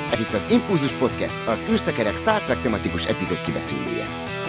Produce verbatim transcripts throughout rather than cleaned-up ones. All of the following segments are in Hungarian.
Ez itt az Impulzus Podcast, az űrszekerek Star Trek tematikus epizód kibeszélője.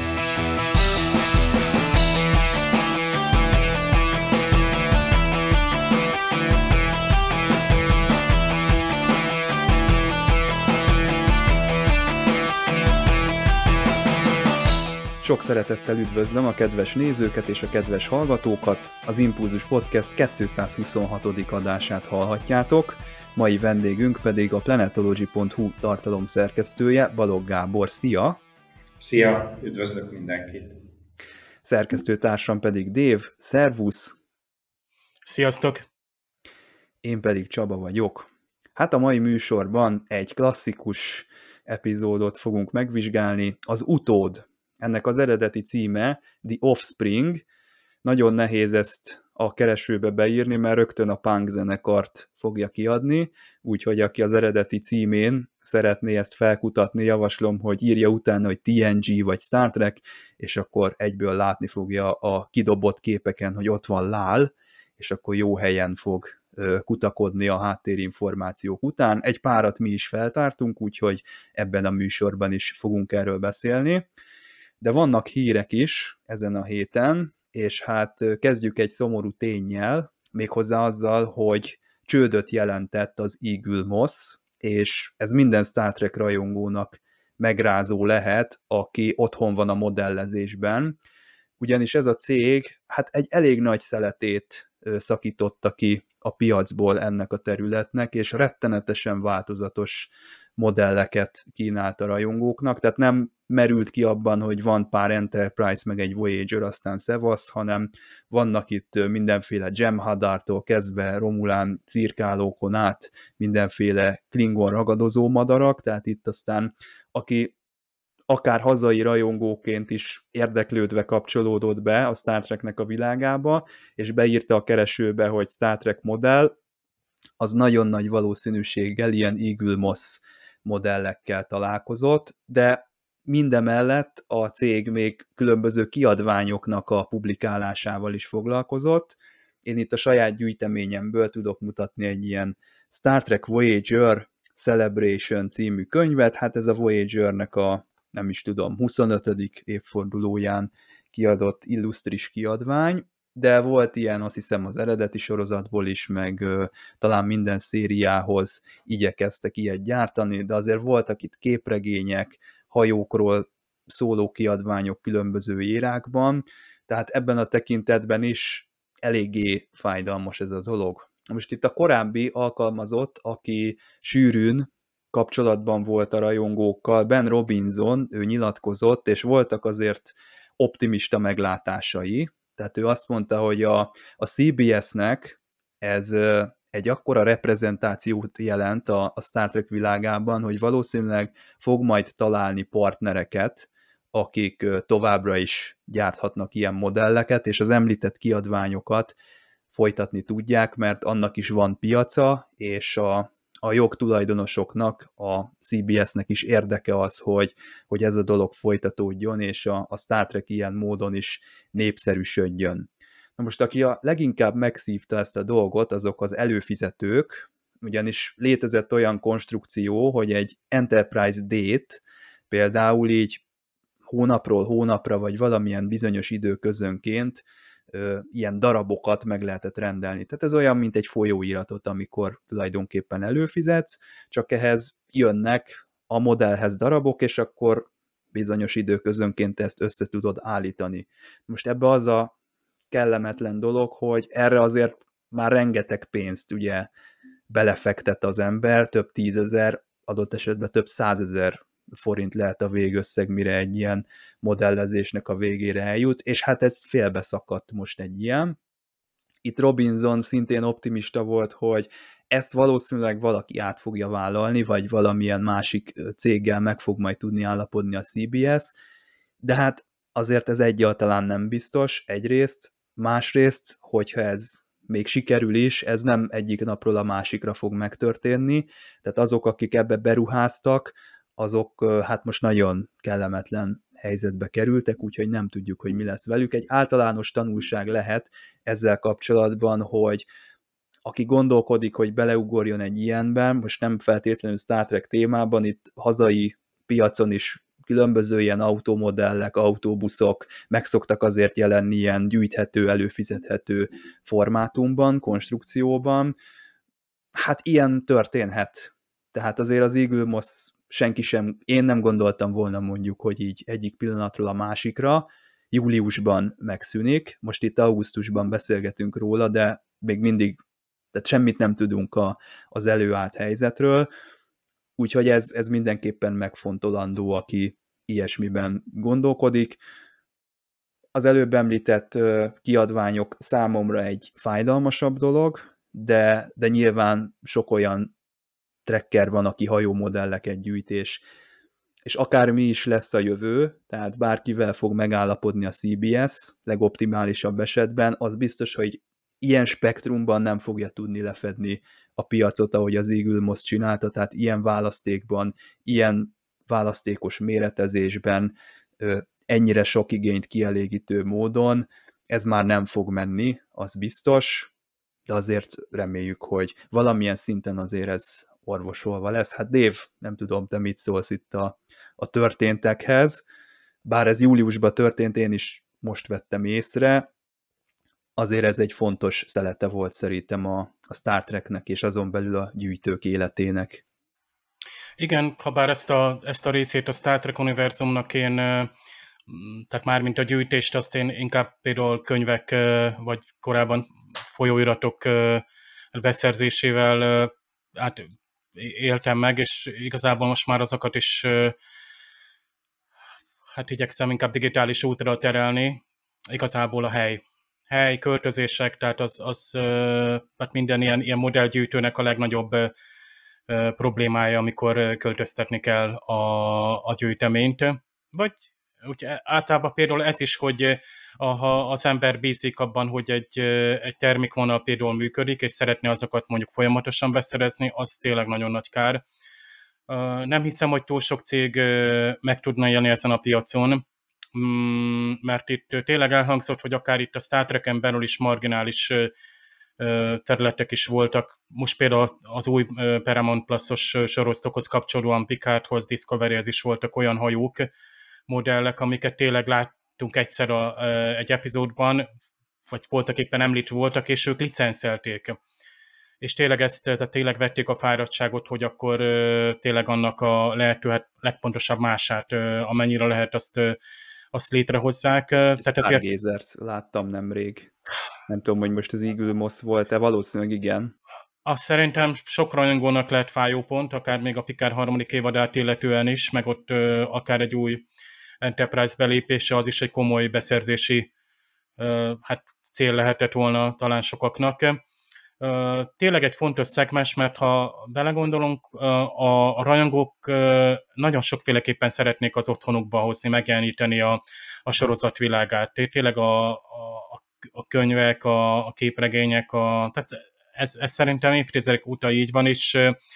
Sok szeretettel üdvözlöm a kedves nézőket és a kedves hallgatókat. Az Impulzus Podcast kétszázhuszonhatodik adását hallhatjátok. Mai vendégünk pedig a planetology pont hu tartalomszerkesztője, Balogh Gábor. Szia! Szia! Üdvözlök mindenkit! Szerkesztőtársam pedig Dév. Szervusz! Sziasztok! Én pedig Csaba vagyok. Hát a mai műsorban egy klasszikus epizódot fogunk megvizsgálni, az Utód. Ennek az eredeti címe The Offspring. Nagyon nehéz ezt a keresőbe beírni, mert rögtön a punk zenekart fogja kiadni, úgyhogy aki az eredeti címén szeretné ezt felkutatni, javaslom, hogy írja utána, hogy té en gé vagy Star Trek, és akkor egyből látni fogja a kidobott képeken, hogy ott van Lál, és akkor jó helyen fog kutakodni a háttérinformációk után. Egy párat mi is feltártunk, úgyhogy ebben a műsorban is fogunk erről beszélni. De vannak hírek is ezen a héten, és hát kezdjük egy szomorú ténnyel, méghozzá azzal, hogy csődöt jelentett az Eagle Moss, és ez minden Star Trek rajongónak megrázó lehet, aki otthon van a modellezésben, ugyanis ez a cég hát egy elég nagy szeletét szakította ki a piacból ennek a területnek, és rettenetesen változatos modelleket kínált a rajongóknak, tehát nem merült ki abban, hogy van pár Enterprise, meg egy Voyager, aztán Sevasz, hanem vannak itt mindenféle Jem'Hadartól kezdve Romulán cirkálókon át mindenféle Klingon ragadozó madarak, tehát itt aztán aki akár hazai rajongóként is érdeklődve kapcsolódott be a Star Treknek a világába, és beírta a keresőbe, hogy Star Trek modell, az nagyon nagy valószínűséggel ilyen Eagle Moss modellekkel találkozott, de mindemellett a cég még különböző kiadványoknak a publikálásával is foglalkozott. Én itt a saját gyűjteményemből tudok mutatni egy ilyen Star Trek Voyager Celebration című könyvet, hát ez a Voyagernek a, nem is tudom, huszonötödik évfordulóján kiadott illusztris kiadvány, de volt ilyen, azt hiszem, az eredeti sorozatból is, meg ö, talán minden szériához igyekeztek ilyet gyártani, de azért voltak itt képregények, hajókról szóló kiadványok különböző érákban, tehát ebben a tekintetben is eléggé fájdalmas ez a dolog. Most itt a korábbi alkalmazott, aki sűrűn kapcsolatban volt a rajongókkal, Ben Robinson, ő nyilatkozott, és voltak azért optimista meglátásai, tehát ő azt mondta, hogy a, a cé bé es-nek ez egy akkora reprezentációt jelent a, a Star Trek világában, hogy valószínűleg fog majd találni partnereket, akik továbbra is gyárthatnak ilyen modelleket, és az említett kiadványokat folytatni tudják, mert annak is van piaca, és a, a jogtulajdonosoknak, a cé bé es-nek is érdeke az, hogy, hogy ez a dolog folytatódjon, és a, a Star Trek ilyen módon is népszerűsödjön. Na most, aki a leginkább megszívta ezt a dolgot, azok az előfizetők, ugyanis létezett olyan konstrukció, hogy egy Enterprise D-t például így hónapról hónapra, vagy valamilyen bizonyos időközönként ö, ilyen darabokat meg lehetett rendelni. Tehát ez olyan, mint egy folyóiratot, amikor tulajdonképpen előfizetsz, csak ehhez jönnek a modellhez darabok, és akkor bizonyos időközönként ezt össze tudod állítani. Most ebbe az a kellemetlen dolog, hogy erre azért már rengeteg pénzt ugye belefektet az ember, több tízezer, adott esetben több százezer forint lehet a végösszeg, mire egy ilyen modellezésnek a végére eljut, és hát ez félbeszakadt most egy ilyen. Itt Robinson szintén optimista volt, hogy ezt valószínűleg valaki át fogja vállalni, vagy valamilyen másik céggel meg fog majd tudni állapodni a cé bé es, de hát azért ez egyáltalán nem biztos, egyrészt, másrészt, hogyha ez még sikerül is, ez nem egyik napról a másikra fog megtörténni, tehát azok, akik ebbe beruháztak, azok hát most nagyon kellemetlen helyzetbe kerültek, úgyhogy nem tudjuk, hogy mi lesz velük. Egy általános tanulság lehet ezzel kapcsolatban, hogy aki gondolkodik, hogy beleugorjon egy ilyenben, most nem feltétlenül Star Trek témában, itt hazai piacon is különböző ilyen automodellek, autóbuszok meg szoktak azért jelenni ilyen gyűjthető, előfizethető formátumban, konstrukcióban. Hát ilyen történhet. Tehát azért az Eagle Moss senki sem, én nem gondoltam volna mondjuk, hogy így egyik pillanatról a másikra, júliusban megszűnik, most itt augusztusban beszélgetünk róla, de még mindig, tehát semmit nem tudunk a, az előállt helyzetről, úgyhogy ez, ez mindenképpen megfontolandó, aki ilyesmiben gondolkodik. Az előbb említett kiadványok számomra egy fájdalmasabb dolog, de, de nyilván sok olyan trekker van, aki hajómodelleket gyűjt, és, és akármi is lesz a jövő, tehát bárkivel fog megállapodni a cé bé es, legoptimálisabb esetben, az biztos, hogy ilyen spektrumban nem fogja tudni lefedni a piacot, ahogy az Eagle Moss csinálta, tehát ilyen választékban, ilyen választékos méretezésben, ennyire sok igényt kielégítő módon, ez már nem fog menni, az biztos, de azért reméljük, hogy valamilyen szinten azért ez orvosolva lesz. Hát Dave, nem tudom, te mit szólsz itt a, a történtekhez, bár ez júliusban történt, én is most vettem észre, azért ez egy fontos szelete volt szerintem a, a Star Treknek, és azon belül a gyűjtők életének. Igen, ha bár ezt a, ezt a részét a Star Trek univerzumnak én, tehát mármint a gyűjtést, azt én inkább például könyvek, vagy korábban folyóiratok beszerzésével hát éltem meg, és igazából most már azokat is hát igyekszem inkább digitális útra terelni. Igazából a hely. Hely, költözések, tehát az, az hát minden ilyen, ilyen modellgyűjtőnek a legnagyobb problémája, amikor költöztetni kell a, a gyűjteményt. Vagy úgy általában például ez is, hogy ha az ember bízik abban, hogy egy, egy termékvonal például működik, és szeretné azokat mondjuk folyamatosan beszerezni, az tényleg nagyon nagy kár. Nem hiszem, hogy túl sok cég meg tudna élni ezen a piacon, mert itt tényleg elhangzott, hogy akár itt a Star Treken belül is marginális területek is voltak. Most például az új Paramount Plus-os sorosztokhoz kapcsolóan Picardhoz, Discoveryhez is voltak olyan hajók, modellek, amiket tényleg láttunk egyszer a, egy epizódban, vagy voltak éppen említve voltak, és ők licenszelték. És tényleg ezt, tehát tényleg vették a fáradtságot, hogy akkor tényleg annak a lehető hát legpontosabb mását, amennyire lehet, azt, azt létrehozzák. Stargazert láttam nemrég. Nem tudom, hogy most az Eagle Moss volt-e, valószínűleg igen. Azt szerintem sok rajongónak lehet fájópont, akár még a Picard harmadik évadát illetően is, meg ott akár egy új Enterprise belépése, az is egy komoly beszerzési hát, cél lehetett volna talán sokaknak. Tényleg egy fontos szegmens, mert ha belegondolunk, a, a rajongók nagyon sokféleképpen szeretnék az otthonukba hozni, megjeleníteni a, a sorozat világát. Tényleg a, a, a könyvek, a, a képregények, a, tehát ez, ez szerintem évtizedek óta így van, és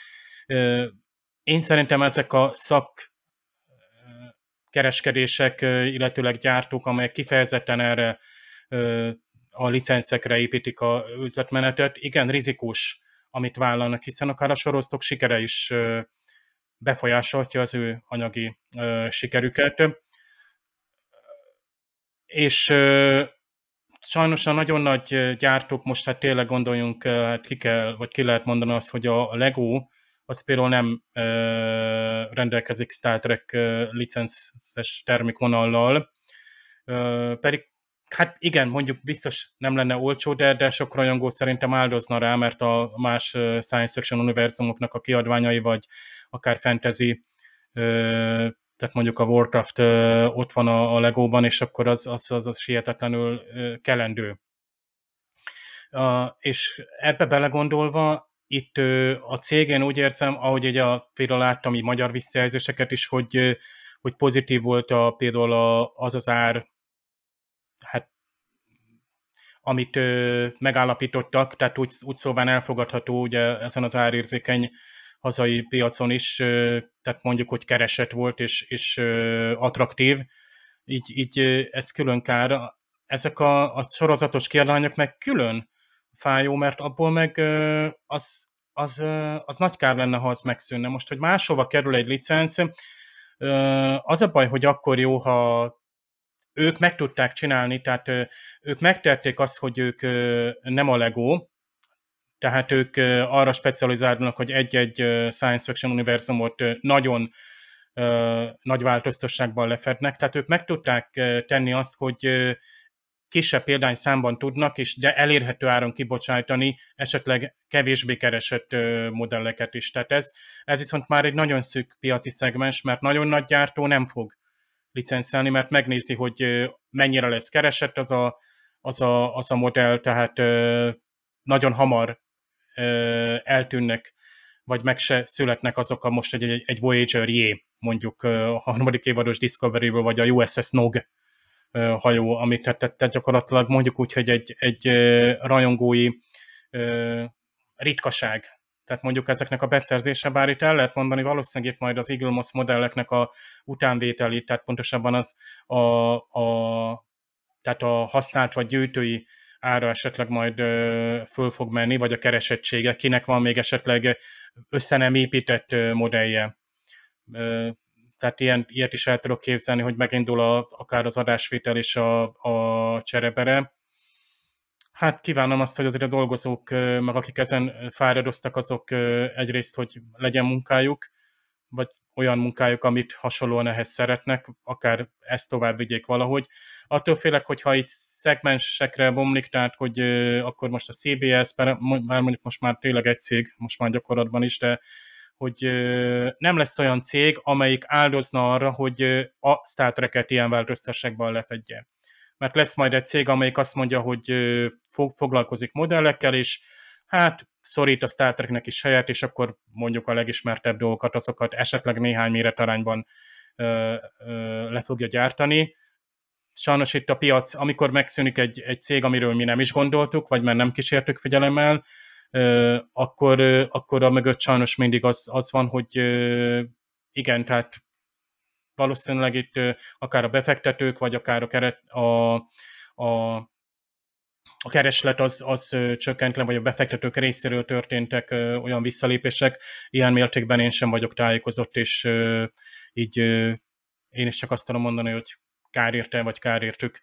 én szerintem ezek a szak kereskedések, illetőleg gyártók, amelyek kifejezetten erre a licenszekre építik a üzletmenetet, igen, rizikós, amit vállalnak, hiszen akár a sorosztok sikere is befolyásolhatja az ő anyagi sikerüket. És sajnos a nagyon nagy gyártók, most hát tényleg gondoljunk, hát ki kell, vagy ki lehet mondani azt, hogy a Lego, az például nem ö, rendelkezik Star Trek licenszes termékvonallal, ö, pedig hát igen, mondjuk biztos nem lenne olcsó, de, de sok rajongó szerintem áldozna rá, mert a más science fiction univerzumoknak a kiadványai, vagy akár fantasy, ö, tehát mondjuk a Warcraft ö, ott van a, a Legóban, és akkor az, az, az, az sietetlenül ö, kelendő. Uh, és ebbe belegondolva, itt a cégén úgy érzem, ahogy egy a, például láttam így magyar visszajelzéseket is, hogy, hogy pozitív volt a, például a, az az ár, hát, amit ö, megállapítottak, tehát úgy, úgy szóval elfogadható ugye ezen az árérzékeny hazai piacon is, ö, tehát mondjuk, hogy keresett volt és, és ö, attraktív, így, így ez külön kár. Ezek a, a sorozatos kiadványok meg külön fájó, mert abból meg az, az, az nagy kár lenne, ha az megszűnne. Most, hogy máshova kerül egy licenc, az a baj, hogy akkor jó, ha ők meg tudták csinálni, tehát ők megtették azt, hogy ők nem a Lego, tehát ők arra specializálnak, hogy egy-egy science fiction univerzumot nagyon nagy változtasságban lefednek, tehát ők meg tudták tenni azt, hogy kisebb példányszámban tudnak, és de elérhető áron kibocsájtani esetleg kevésbé keresett modelleket is. Tehát ez, ez viszont már egy nagyon szűk piaci szegmens, mert nagyon nagy gyártó nem fog licenszelni, mert megnézi, hogy mennyire lesz keresett az a, az a, az a modell, tehát nagyon hamar eltűnnek, vagy meg se születnek azok a most egy, egy Voyager J, mondjuk a harmadik évados Discovery-ből, vagy a U S S Nog hajó, amit tehát, tehát gyakorlatilag mondjuk úgy, hogy egy, egy rajongói ritkaság. Tehát mondjuk ezeknek a beszerzése, bár itt el lehet mondani, valószínűleg itt majd az Eagle Moss modelleknek a utánvételi, tehát pontosabban az a, a, tehát a használt vagy gyűjtői ára esetleg majd ö, föl fog menni, vagy a keresettsége, kinek van még esetleg össze nem épített modellje. Ö, tehát ilyen, ilyet is el tudok képzelni, hogy megindul a, akár az adásvétel és a, a cserebere. Hát kívánom azt, hogy azért a dolgozók, meg akik ezen fáradoztak, azok egyrészt, hogy legyen munkájuk, vagy olyan munkájuk, amit hasonlóan ehhez szeretnek, akár ezt tovább vigyék valahogy. Attól félek, hogyha itt szegmensekre bomlik, tehát hogy akkor most a C B S, már mondjuk most már tényleg egy cég, most már gyakorlatban is, de hogy nem lesz olyan cég, amelyik áldozna arra, hogy a Star Trek-et ilyen változtasságban lefedje. Mert lesz majd egy cég, amelyik azt mondja, hogy foglalkozik modellekkel, és hát szorít a Star Treknek is helyet, és akkor mondjuk a legismertebb dolgokat, azokat esetleg néhány méretarányban ö, ö, le fogja gyártani. Sajnos itt a piac, amikor megszűnik egy, egy cég, amiről mi nem is gondoltuk, vagy mert nem kísértük figyelemmel, ö, akkor, ö, akkor a mögött sajnos mindig az, az van, hogy ö, igen, tehát valószínűleg itt ö, akár a befektetők, vagy akár a, keret, a, a a kereslet az, az csökkent le, vagy a befektetők részéről történtek ö, olyan visszalépések. Ilyen mértékben én sem vagyok tájékozott, és ö, így ö, én is csak azt tudom mondani, hogy kár érte, vagy kár értük.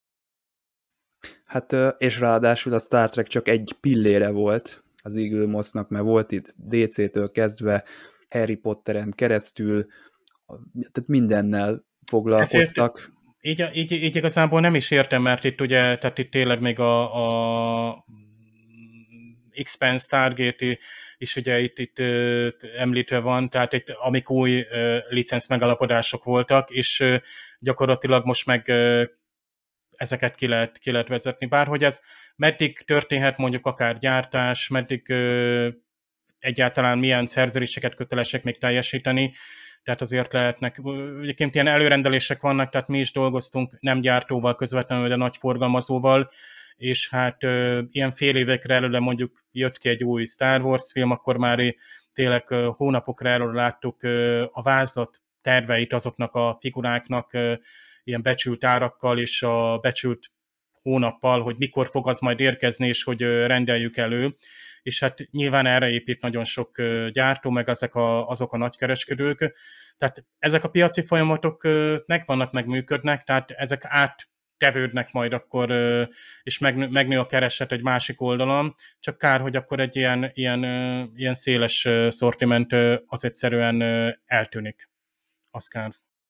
Hát, és ráadásul a Star Trek csak egy pillére volt az Eagle Mossnak, mert volt itt dé cé-től kezdve, Harry Potteren keresztül, tehát mindennel foglalkoztak. Ezért... Így, így, így igazából nem is értem, mert itt ugye, tehát itt tényleg még a, a Expanse Stargate is ugye itt, itt említve van, tehát itt amik új licenc megalapodások voltak, és gyakorlatilag most meg ezeket ki lehet, ki lehet vezetni. Bárhogy ez meddig történhet mondjuk akár gyártás, meddig egyáltalán milyen szerződéseket kötelesek még teljesíteni, tehát azért lehetnek, egyébként ilyen előrendelések vannak, tehát mi is dolgoztunk nem gyártóval közvetlenül, de nagy forgalmazóval, és hát ö, ilyen fél évekre előre mondjuk jött ki egy új Star Wars film, akkor már tényleg ö, hónapokra előre láttuk ö, a vázlat terveit azoknak a figuráknak ö, ilyen becsült árakkal, és a becsült hónappal, hogy mikor fog az majd érkezni, és hogy ö, rendeljük elő. És hát nyilván erre épít nagyon sok gyártó, meg ezek a, azok a nagykereskedők. Tehát ezek a piaci folyamatok megvannak, megműködnek, tehát ezek áttevődnek majd akkor, és megnő a kereset egy másik oldalon, csak kár, hogy akkor egy ilyen, ilyen, ilyen széles szortiment az egyszerűen eltűnik. Az kár.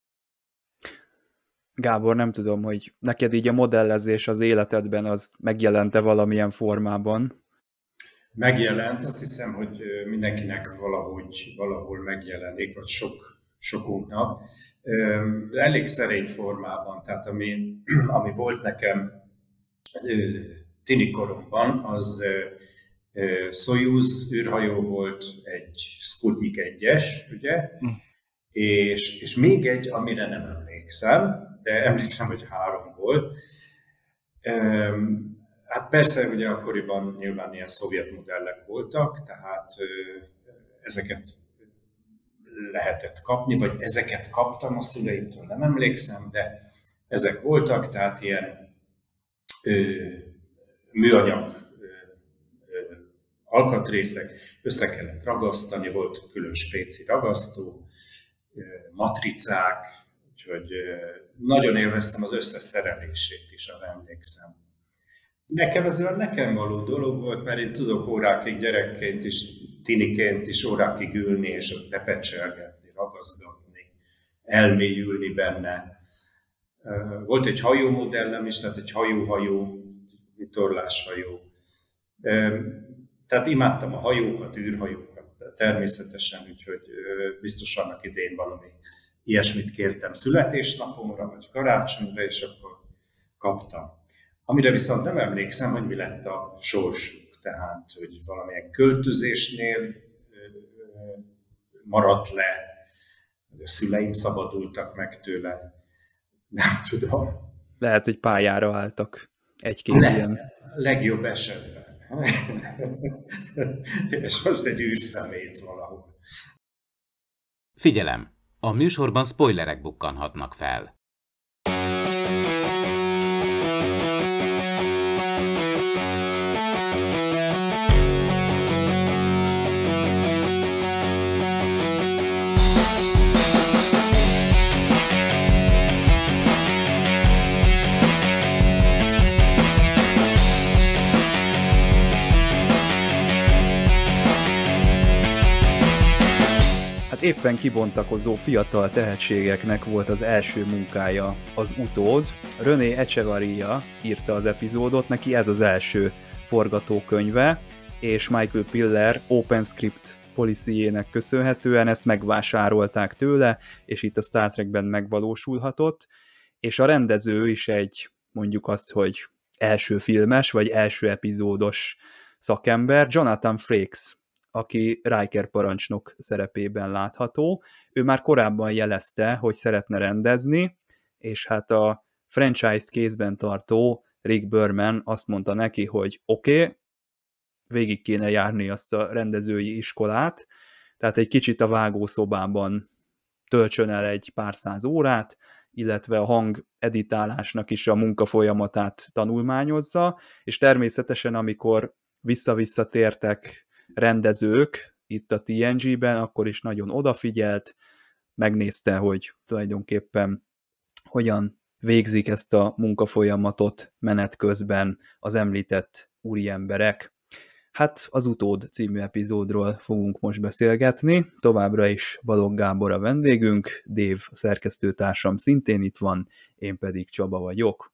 Gábor, nem tudom, hogy neked így a modellezés az életedben az megjelente valamilyen formában? Megjelent, azt hiszem, hogy mindenkinek valahogy, valahol megjelenik, vagy sok, sokunknak. Elég szerény formában, tehát ami, ami volt nekem tini koromban, az Soyuz űrhajó volt, egy Sputnik egyes, ugye? Mm. És, és még egy, amire nem emlékszem, de emlékszem, hogy három volt. Hát persze, ugye akkoriban nyilván ilyen szovjet modellek voltak, tehát ezeket lehetett kapni, vagy ezeket kaptam a szüleimtől, nem emlékszem, de ezek voltak, tehát ilyen ö, műanyag ö, alkatrészek, össze kellett ragasztani, volt külön spéci ragasztó, matricák, úgyhogy nagyon élveztem az összeszerelését is, arra emlékszem. Nekem ez olyan nekem való dolog volt, mert én tudok órákig gyerekként is, tiniként is órákig ülni, és ott pepecselgetni, ragaszgatni, elmélyülni benne. Volt egy hajómodellem is, tehát egy hajó-hajó, vitorláshajó. Tehát imádtam a hajókat, űrhajókat természetesen, úgyhogy biztos annak idején valami ilyesmit kértem születésnapomra, vagy karácsonyra, és akkor kaptam. Amire viszont nem emlékszem, hogy mi lett a sorsuk, tehát hogy valamilyen költözésnél maradt le, hogy a szüleim szabadultak meg tőle, nem tudom. Lehet, hogy pályára álltak egy-két Le, ilyen. Legjobb esetben. És most egy űrszemét valahol. Figyelem! A műsorban spoilerek bukkanhatnak fel. Éppen kibontakozó fiatal tehetségeknek volt az első munkája az Utód. René Echevarria írta az epizódot, neki ez az első forgatókönyve, és Michael Piller OpenScript policyjének köszönhetően ezt megvásárolták tőle, és itt a Star Trekben megvalósulhatott, és a rendező is egy, mondjuk azt, hogy első filmes, vagy első epizódos szakember, Jonathan Frakes, aki Riker parancsnok szerepében látható. Ő már korábban jelezte, hogy szeretne rendezni, és hát a franchise-t kézben tartó Rick Berman azt mondta neki, hogy oké, okay, végig kéne járni azt a rendezői iskolát, tehát egy kicsit a vágószobában töltsön el egy pár száz órát, illetve a hang editálásnak is a munkafolyamatát tanulmányozza, és természetesen amikor vissza-visszatértek rendezők itt a té en gé-ben, akkor is nagyon odafigyelt, megnézte, hogy tulajdonképpen hogyan végzik ezt a munkafolyamatot menet közben az említett úriemberek. Hát az Utód című epizódról fogunk most beszélgetni, továbbra is Balogh Gábor a vendégünk, Dave a szerkesztőtársam szintén itt van, én pedig Csaba vagyok.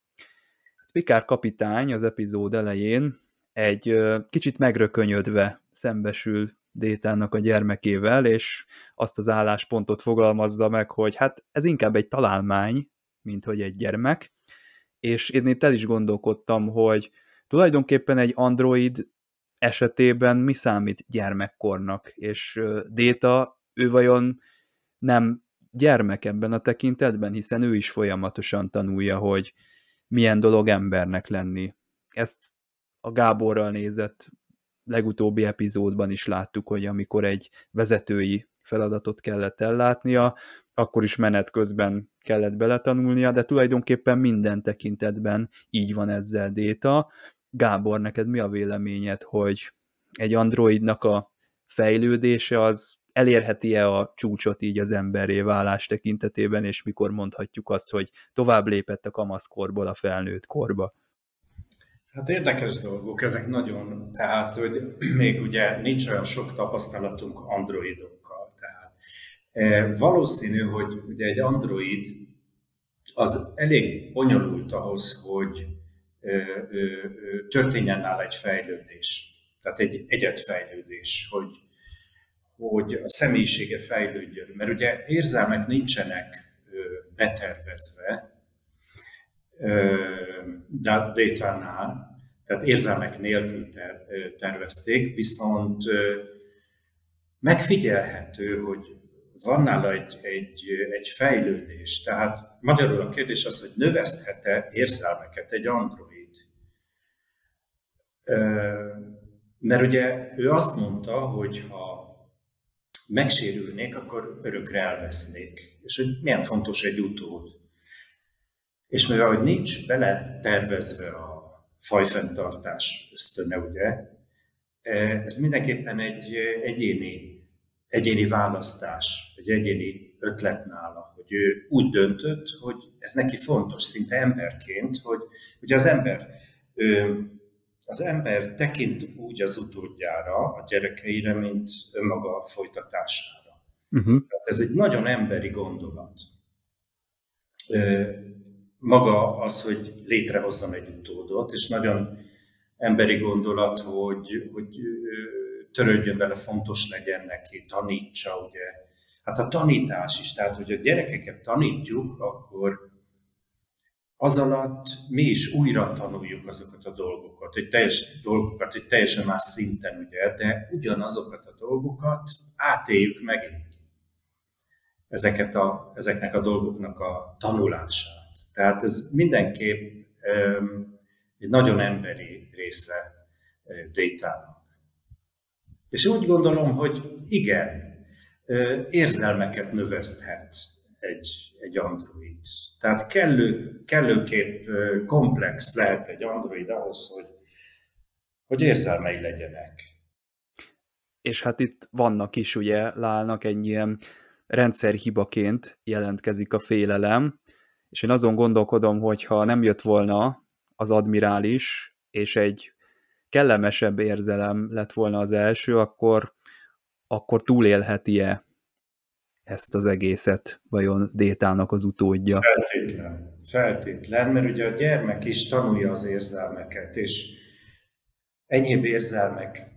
Picard kapitány az epizód elején egy kicsit megrökönyödve szembesül Détának a gyermekével, és azt az álláspontot fogalmazza meg, hogy hát ez inkább egy találmány, mint hogy egy gyermek, és én itt el is gondolkodtam, hogy tulajdonképpen egy android esetében mi számít gyermekkornak, és Déta, ő vajon nem gyermek ebben a tekintetben, hiszen ő is folyamatosan tanulja, hogy milyen dolog embernek lenni. Ezt a Gáborral nézett legutóbbi epizódban is láttuk, hogy amikor egy vezetői feladatot kellett ellátnia, akkor is menet közben kellett beletanulnia, de tulajdonképpen minden tekintetben így van ezzel Déta. Gábor, neked mi a véleményed, hogy egy androidnak a fejlődése az elérheti-e a csúcsot így az emberré válás tekintetében, és mikor mondhatjuk azt, hogy tovább lépett a kamaszkorból a felnőtt korba? Hát érdekes dolgok, ezek nagyon, tehát, hogy még ugye nincs olyan sok tapasztalatunk androidokkal. Tehát e, valószínű, hogy ugye egy android az elég bonyolult ahhoz, hogy e, e, történjen nála egy fejlődés. Tehát egy egyedfejlődés, hogy, hogy a személyisége fejlődjön. Mert ugye érzelmek nincsenek betervezve, Détánál, tehát érzelmek nélkül ter- tervezték, viszont megfigyelhető, hogy van nála egy, egy, egy fejlődés. Tehát magyarul a kérdés az, hogy növeszthet-e érzelmeket egy android. Mert ugye ő azt mondta, hogy ha megsérülnék, akkor örökre elvesznék. És hogy milyen fontos egy utód. És mivel hogy nincs bele tervezve a fajfenntartás ösztöne, ugye, Ez mindenképpen egy egyéni, egyéni választás, egy egyéni ötlet nála, hogy ő úgy döntött, hogy ez neki fontos, szinte emberként, hogy ugye az ember, az ember tekint úgy az utódjára, a gyerekeire, mint önmaga folytatására. Uh-huh. Tehát ez egy nagyon emberi gondolat. Maga az, hogy létrehozzam egy utódot, és nagyon emberi gondolat, hogy, hogy törődjön vele, fontos legyen neki, tanítsa, ugye. Hát a tanítás is, tehát, hogy a gyerekeket tanítjuk, akkor az alatt mi is újra tanuljuk azokat a dolgokat, egy teljes dolgokat, egy teljesen más szinten, ugye, de ugyanazokat a dolgokat átéljük megint. Ezeket a, ezeknek a dolgoknak a tanulását. Tehát ez mindenképp um, egy nagyon emberi része Détának. És úgy gondolom, hogy igen, érzelmeket növeszthet egy, egy android. Tehát kellő, kellőképp komplex lehet egy android ahhoz, hogy, hogy érzelmei legyenek. És hát itt vannak is, ugye, Lálnak egy ilyen rendszerhibaként jelentkezik a félelem, és én azon gondolkodom, hogy ha nem jött volna az admirális, és egy kellemesebb érzelem lett volna az első, akkor, akkor túlélheti-e ezt az egészet vajon Détának az utódja? Feltétlen, feltétlen, mert ugye a gyermek is tanulja az érzelmeket, és enyhébb érzelmek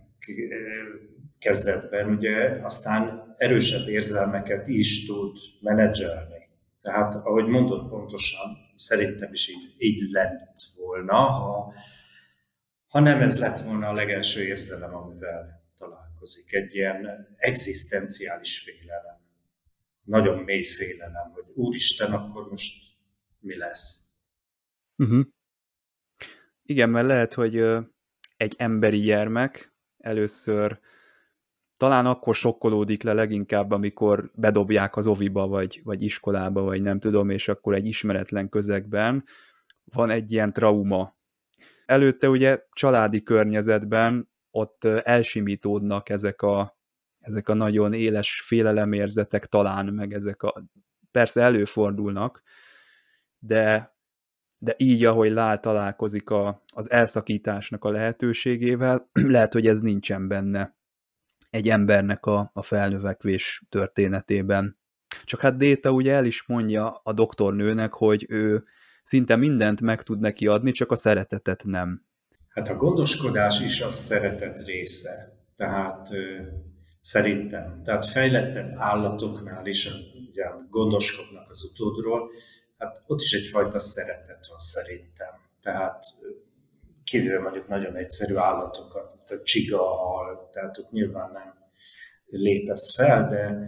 kezdetben, ugye aztán erősebb érzelmeket is tud menedzselni. Tehát, ahogy mondod pontosan, szerintem is így, így lett volna, ha, ha nem ez lett volna a legelső érzelem, amivel találkozik. Egy ilyen egzisztenciális félelem. Nagyon mély félelem, hogy úristen, akkor most mi lesz? Uh-huh. Igen, mert lehet, hogy egy emberi gyermek először talán akkor sokkolódik le leginkább, amikor bedobják az oviba, vagy, vagy iskolába, vagy nem tudom, és akkor egy ismeretlen közegben van egy ilyen trauma. Előtte ugye családi környezetben ott elsimítódnak ezek a, ezek a nagyon éles félelemérzetek talán, meg ezek a... Persze előfordulnak, de, de így, ahogy Lál találkozik a, az elszakításnak a lehetőségével, lehet, hogy ez nincsen benne egy embernek a, a felnövekvés történetében. Csak hát Déta ugye el is mondja a doktornőnek, hogy ő szinte mindent meg tud neki adni, csak a szeretetet nem. Hát a gondoskodás is a szeretet része. Tehát ö, szerintem, tehát fejlettebb állatoknál is ugye, gondoskodnak az utódról, hát ott is egyfajta szeretet van szerintem. Tehát kivéve mondjuk nagyon egyszerű állatokat, a csiga, tehát ott nyilván nem lépesz fel, de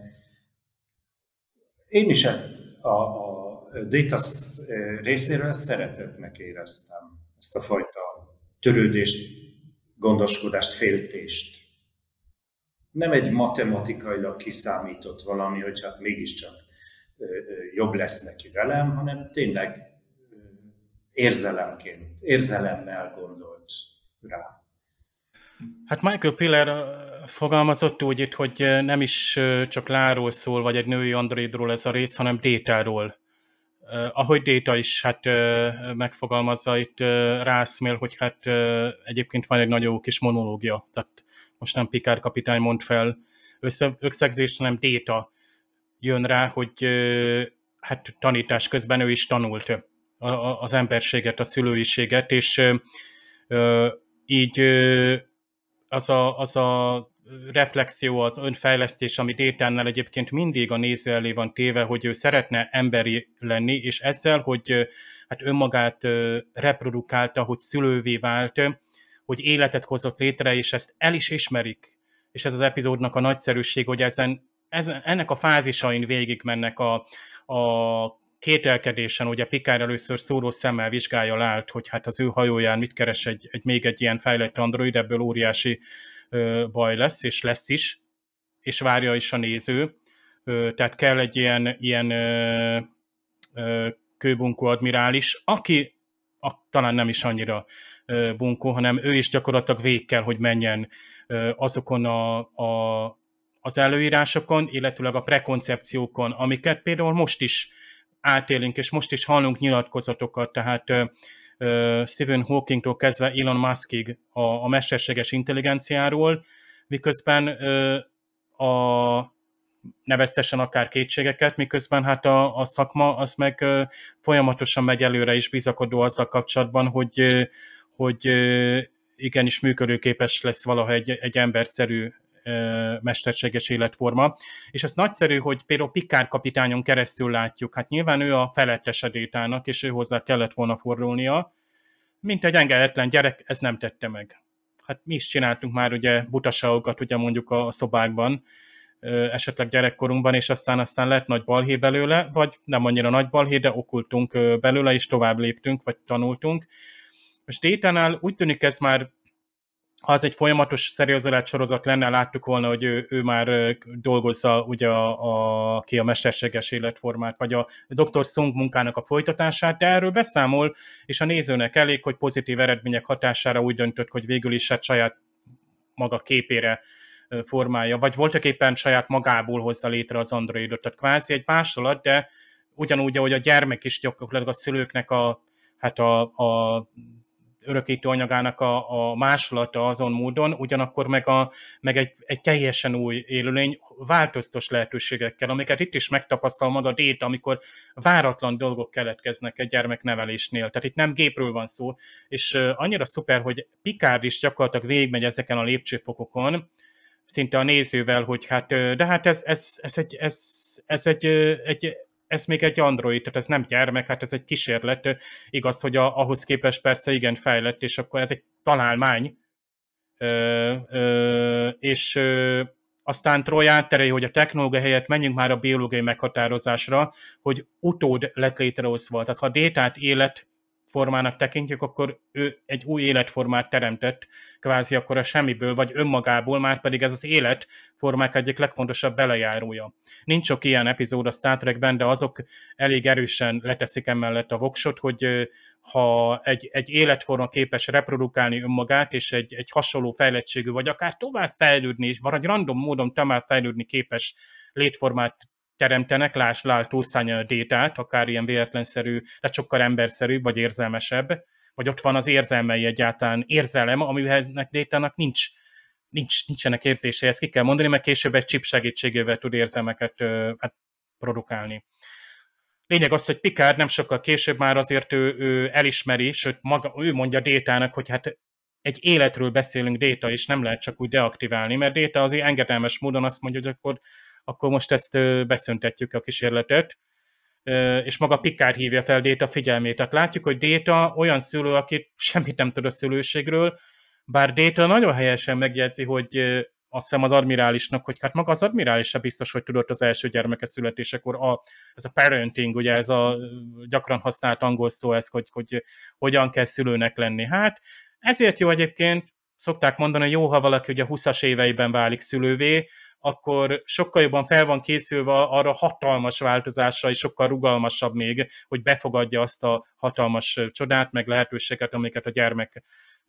én is ezt a, a Déta részéről szeretetnek éreztem, ezt a fajta törődést, gondoskodást, féltést. Nem egy matematikailag kiszámított valami, hogy hát mégiscsak jobb lesz neki velem, hanem tényleg érzelemként, érzelemmel gondolt rá. Hát Michael Piller fogalmazott úgy itt, hogy nem is csak Láról szól, vagy egy női androidról ez a rész, hanem Détáról. Ahogy Déta is hát megfogalmazza, itt rászmél, hogy hát egyébként van egy nagyon jó kis monológia, tehát most nem Picard kapitány mond fel összegzést, hanem Déta jön rá, hogy hát tanítás közben ő is tanult az emberséget, a szülőiséget, és így az a, az a reflexió, az önfejlesztés, ami Détánál egyébként mindig a néző elé van téve, hogy ő szeretne emberi lenni, és ezzel, hogy hát önmagát reprodukálta, hogy szülővé vált, hogy életet hozott létre, és ezt el is ismerik. És ez az epizódnak a nagyszerűség, hogy ezen, ezen ennek a fázisain végig mennek a, a kételkedésen, ugye Picard először szóró szemmel vizsgálja Lált, hogy hát az ő hajóján mit keres egy, egy még egy ilyen fejlett android, ebből óriási ö, baj lesz, és lesz is, és várja is a néző. Ö, tehát kell egy ilyen, ilyen ö, ö, kőbunkó admirális, aki a, talán nem is annyira bunkó, hanem ő is gyakorlatilag végig kell, hogy menjen azokon a, a, az előírásokon, illetőleg a prekoncepciókon, amiket például most is átélünk, és most is hallunk nyilatkozatokat, tehát uh, Stephen Hawkingtól kezdve Elon Muskig a, a mesterséges intelligenciáról, miközben uh, a neveztessen akár kétségeket, miközben hát a, a szakma az meg uh, folyamatosan megy előre és bizakodó azzal kapcsolatban, hogy, uh, hogy uh, igenis működőképes lesz valaha egy, egy emberszerű mesterséges életforma. És az nagyszerű, hogy például Picard kapitányon keresztül látjuk, hát nyilván ő a felettese Détának, és ő hozzá kellett volna fordulnia, mint egy engedetlen gyerek, ez nem tette meg. Hát mi is csináltunk már ugye butaságokat ugye mondjuk a szobákban, esetleg gyerekkorunkban, és aztán aztán lett nagy balhé belőle, vagy nem annyira nagy balhé, de okultunk belőle, és tovább léptünk, vagy tanultunk. Most Détánál úgy tűnik ez már, ha az egy folyamatos szeriózolás sorozat lenne, láttuk volna, hogy ő, ő már dolgozza ugye a, a, ki a mesterséges életformát, vagy a doktor Sung munkának a folytatását, de erről beszámol, és a nézőnek elég, hogy pozitív eredmények hatására úgy döntött, hogy végül is hát saját maga képére formálja, vagy voltak éppen saját magából hozza létre az androidot, tehát kvázi egy másolat, de ugyanúgy, ahogy a gyermek is gyakorlatilag a szülőknek a, hát a, a örökítő anyagának a, a másolata azon módon, ugyanakkor meg, a, meg egy, egy teljesen új élőlény változtos lehetőségekkel, amiket itt is megtapasztal maga Déta, amikor váratlan dolgok keletkeznek egy gyermeknevelésnél. Tehát itt nem gépről van szó, és annyira szuper, hogy Picard is gyakorlatilag végigmegy ezeken a lépcsőfokokon, szinte a nézővel, hogy hát, de hát ez, ez, ez, egy, ez, ez egy, egy ez még egy android, tehát ez nem gyermek, hát ez egy kísérlet, igaz, hogy a, ahhoz képest persze igen fejlett, és akkor ez egy találmány, ö, ö, és ö, aztán Troy átterelje, hogy a technológia helyett menjünk már a biológiai meghatározásra, hogy utód lett létrehozva. Tehát ha Détát életformának tekintjük, akkor ő egy új életformát teremtett, kvázi akkor a semmiből, vagy önmagából, már pedig ez az életformák egyik legfontosabb velejárója. Nincs sok ilyen epizód a Star Trekben, de azok elég erősen leteszik emellett a voksot, hogy ha egy, egy életforma képes reprodukálni önmagát, és egy, egy hasonló fejlettségű, vagy akár tovább fejlődni, vagy egy random módon tovább fejlődni képes létformát teremtenek, lásd Lál Túlszánya Détát, akár ilyen véletlenszerű, de sokkal emberszerűbb, vagy érzelmesebb, vagy ott van az érzelmei egyáltalán, érzelem, amihez Détának nincs, nincs, nincsenek érzései, ezt ki kell mondani, mert később egy chip segítségével tud érzelmeket hát, produkálni. Lényeg az, hogy Picard nem sokkal később már azért ő, ő elismeri, sőt maga, ő mondja Détának, hogy hát egy életről beszélünk, Déta, és nem lehet csak úgy deaktiválni, mert Déta azért engedelmes módon azt mondja, hogy akkor, akkor most ezt beszüntetjük a kísérletet, és maga Picard hívja fel Déta figyelmét. Tehát látjuk, hogy Déta olyan szülő, aki semmit nem tud a szülőségről, bár Déta nagyon helyesen megjegyzi, hogy azt hiszem az admirálisnak, hogy hát maga az admirális sem biztos, hogy tudott az első gyermeke születésekor, a, ez a parenting, ugye ez a gyakran használt angol szó, ez, hogy, hogy hogyan kell szülőnek lenni. Hát ezért jó egyébként, szokták mondani, hogy jó, ha valaki ugye húszas éveiben válik szülővé, akkor sokkal jobban fel van készülve arra hatalmas változásra, és sokkal rugalmasabb még, hogy befogadja azt a hatalmas csodát, meg lehetőséget, amiket a gyermek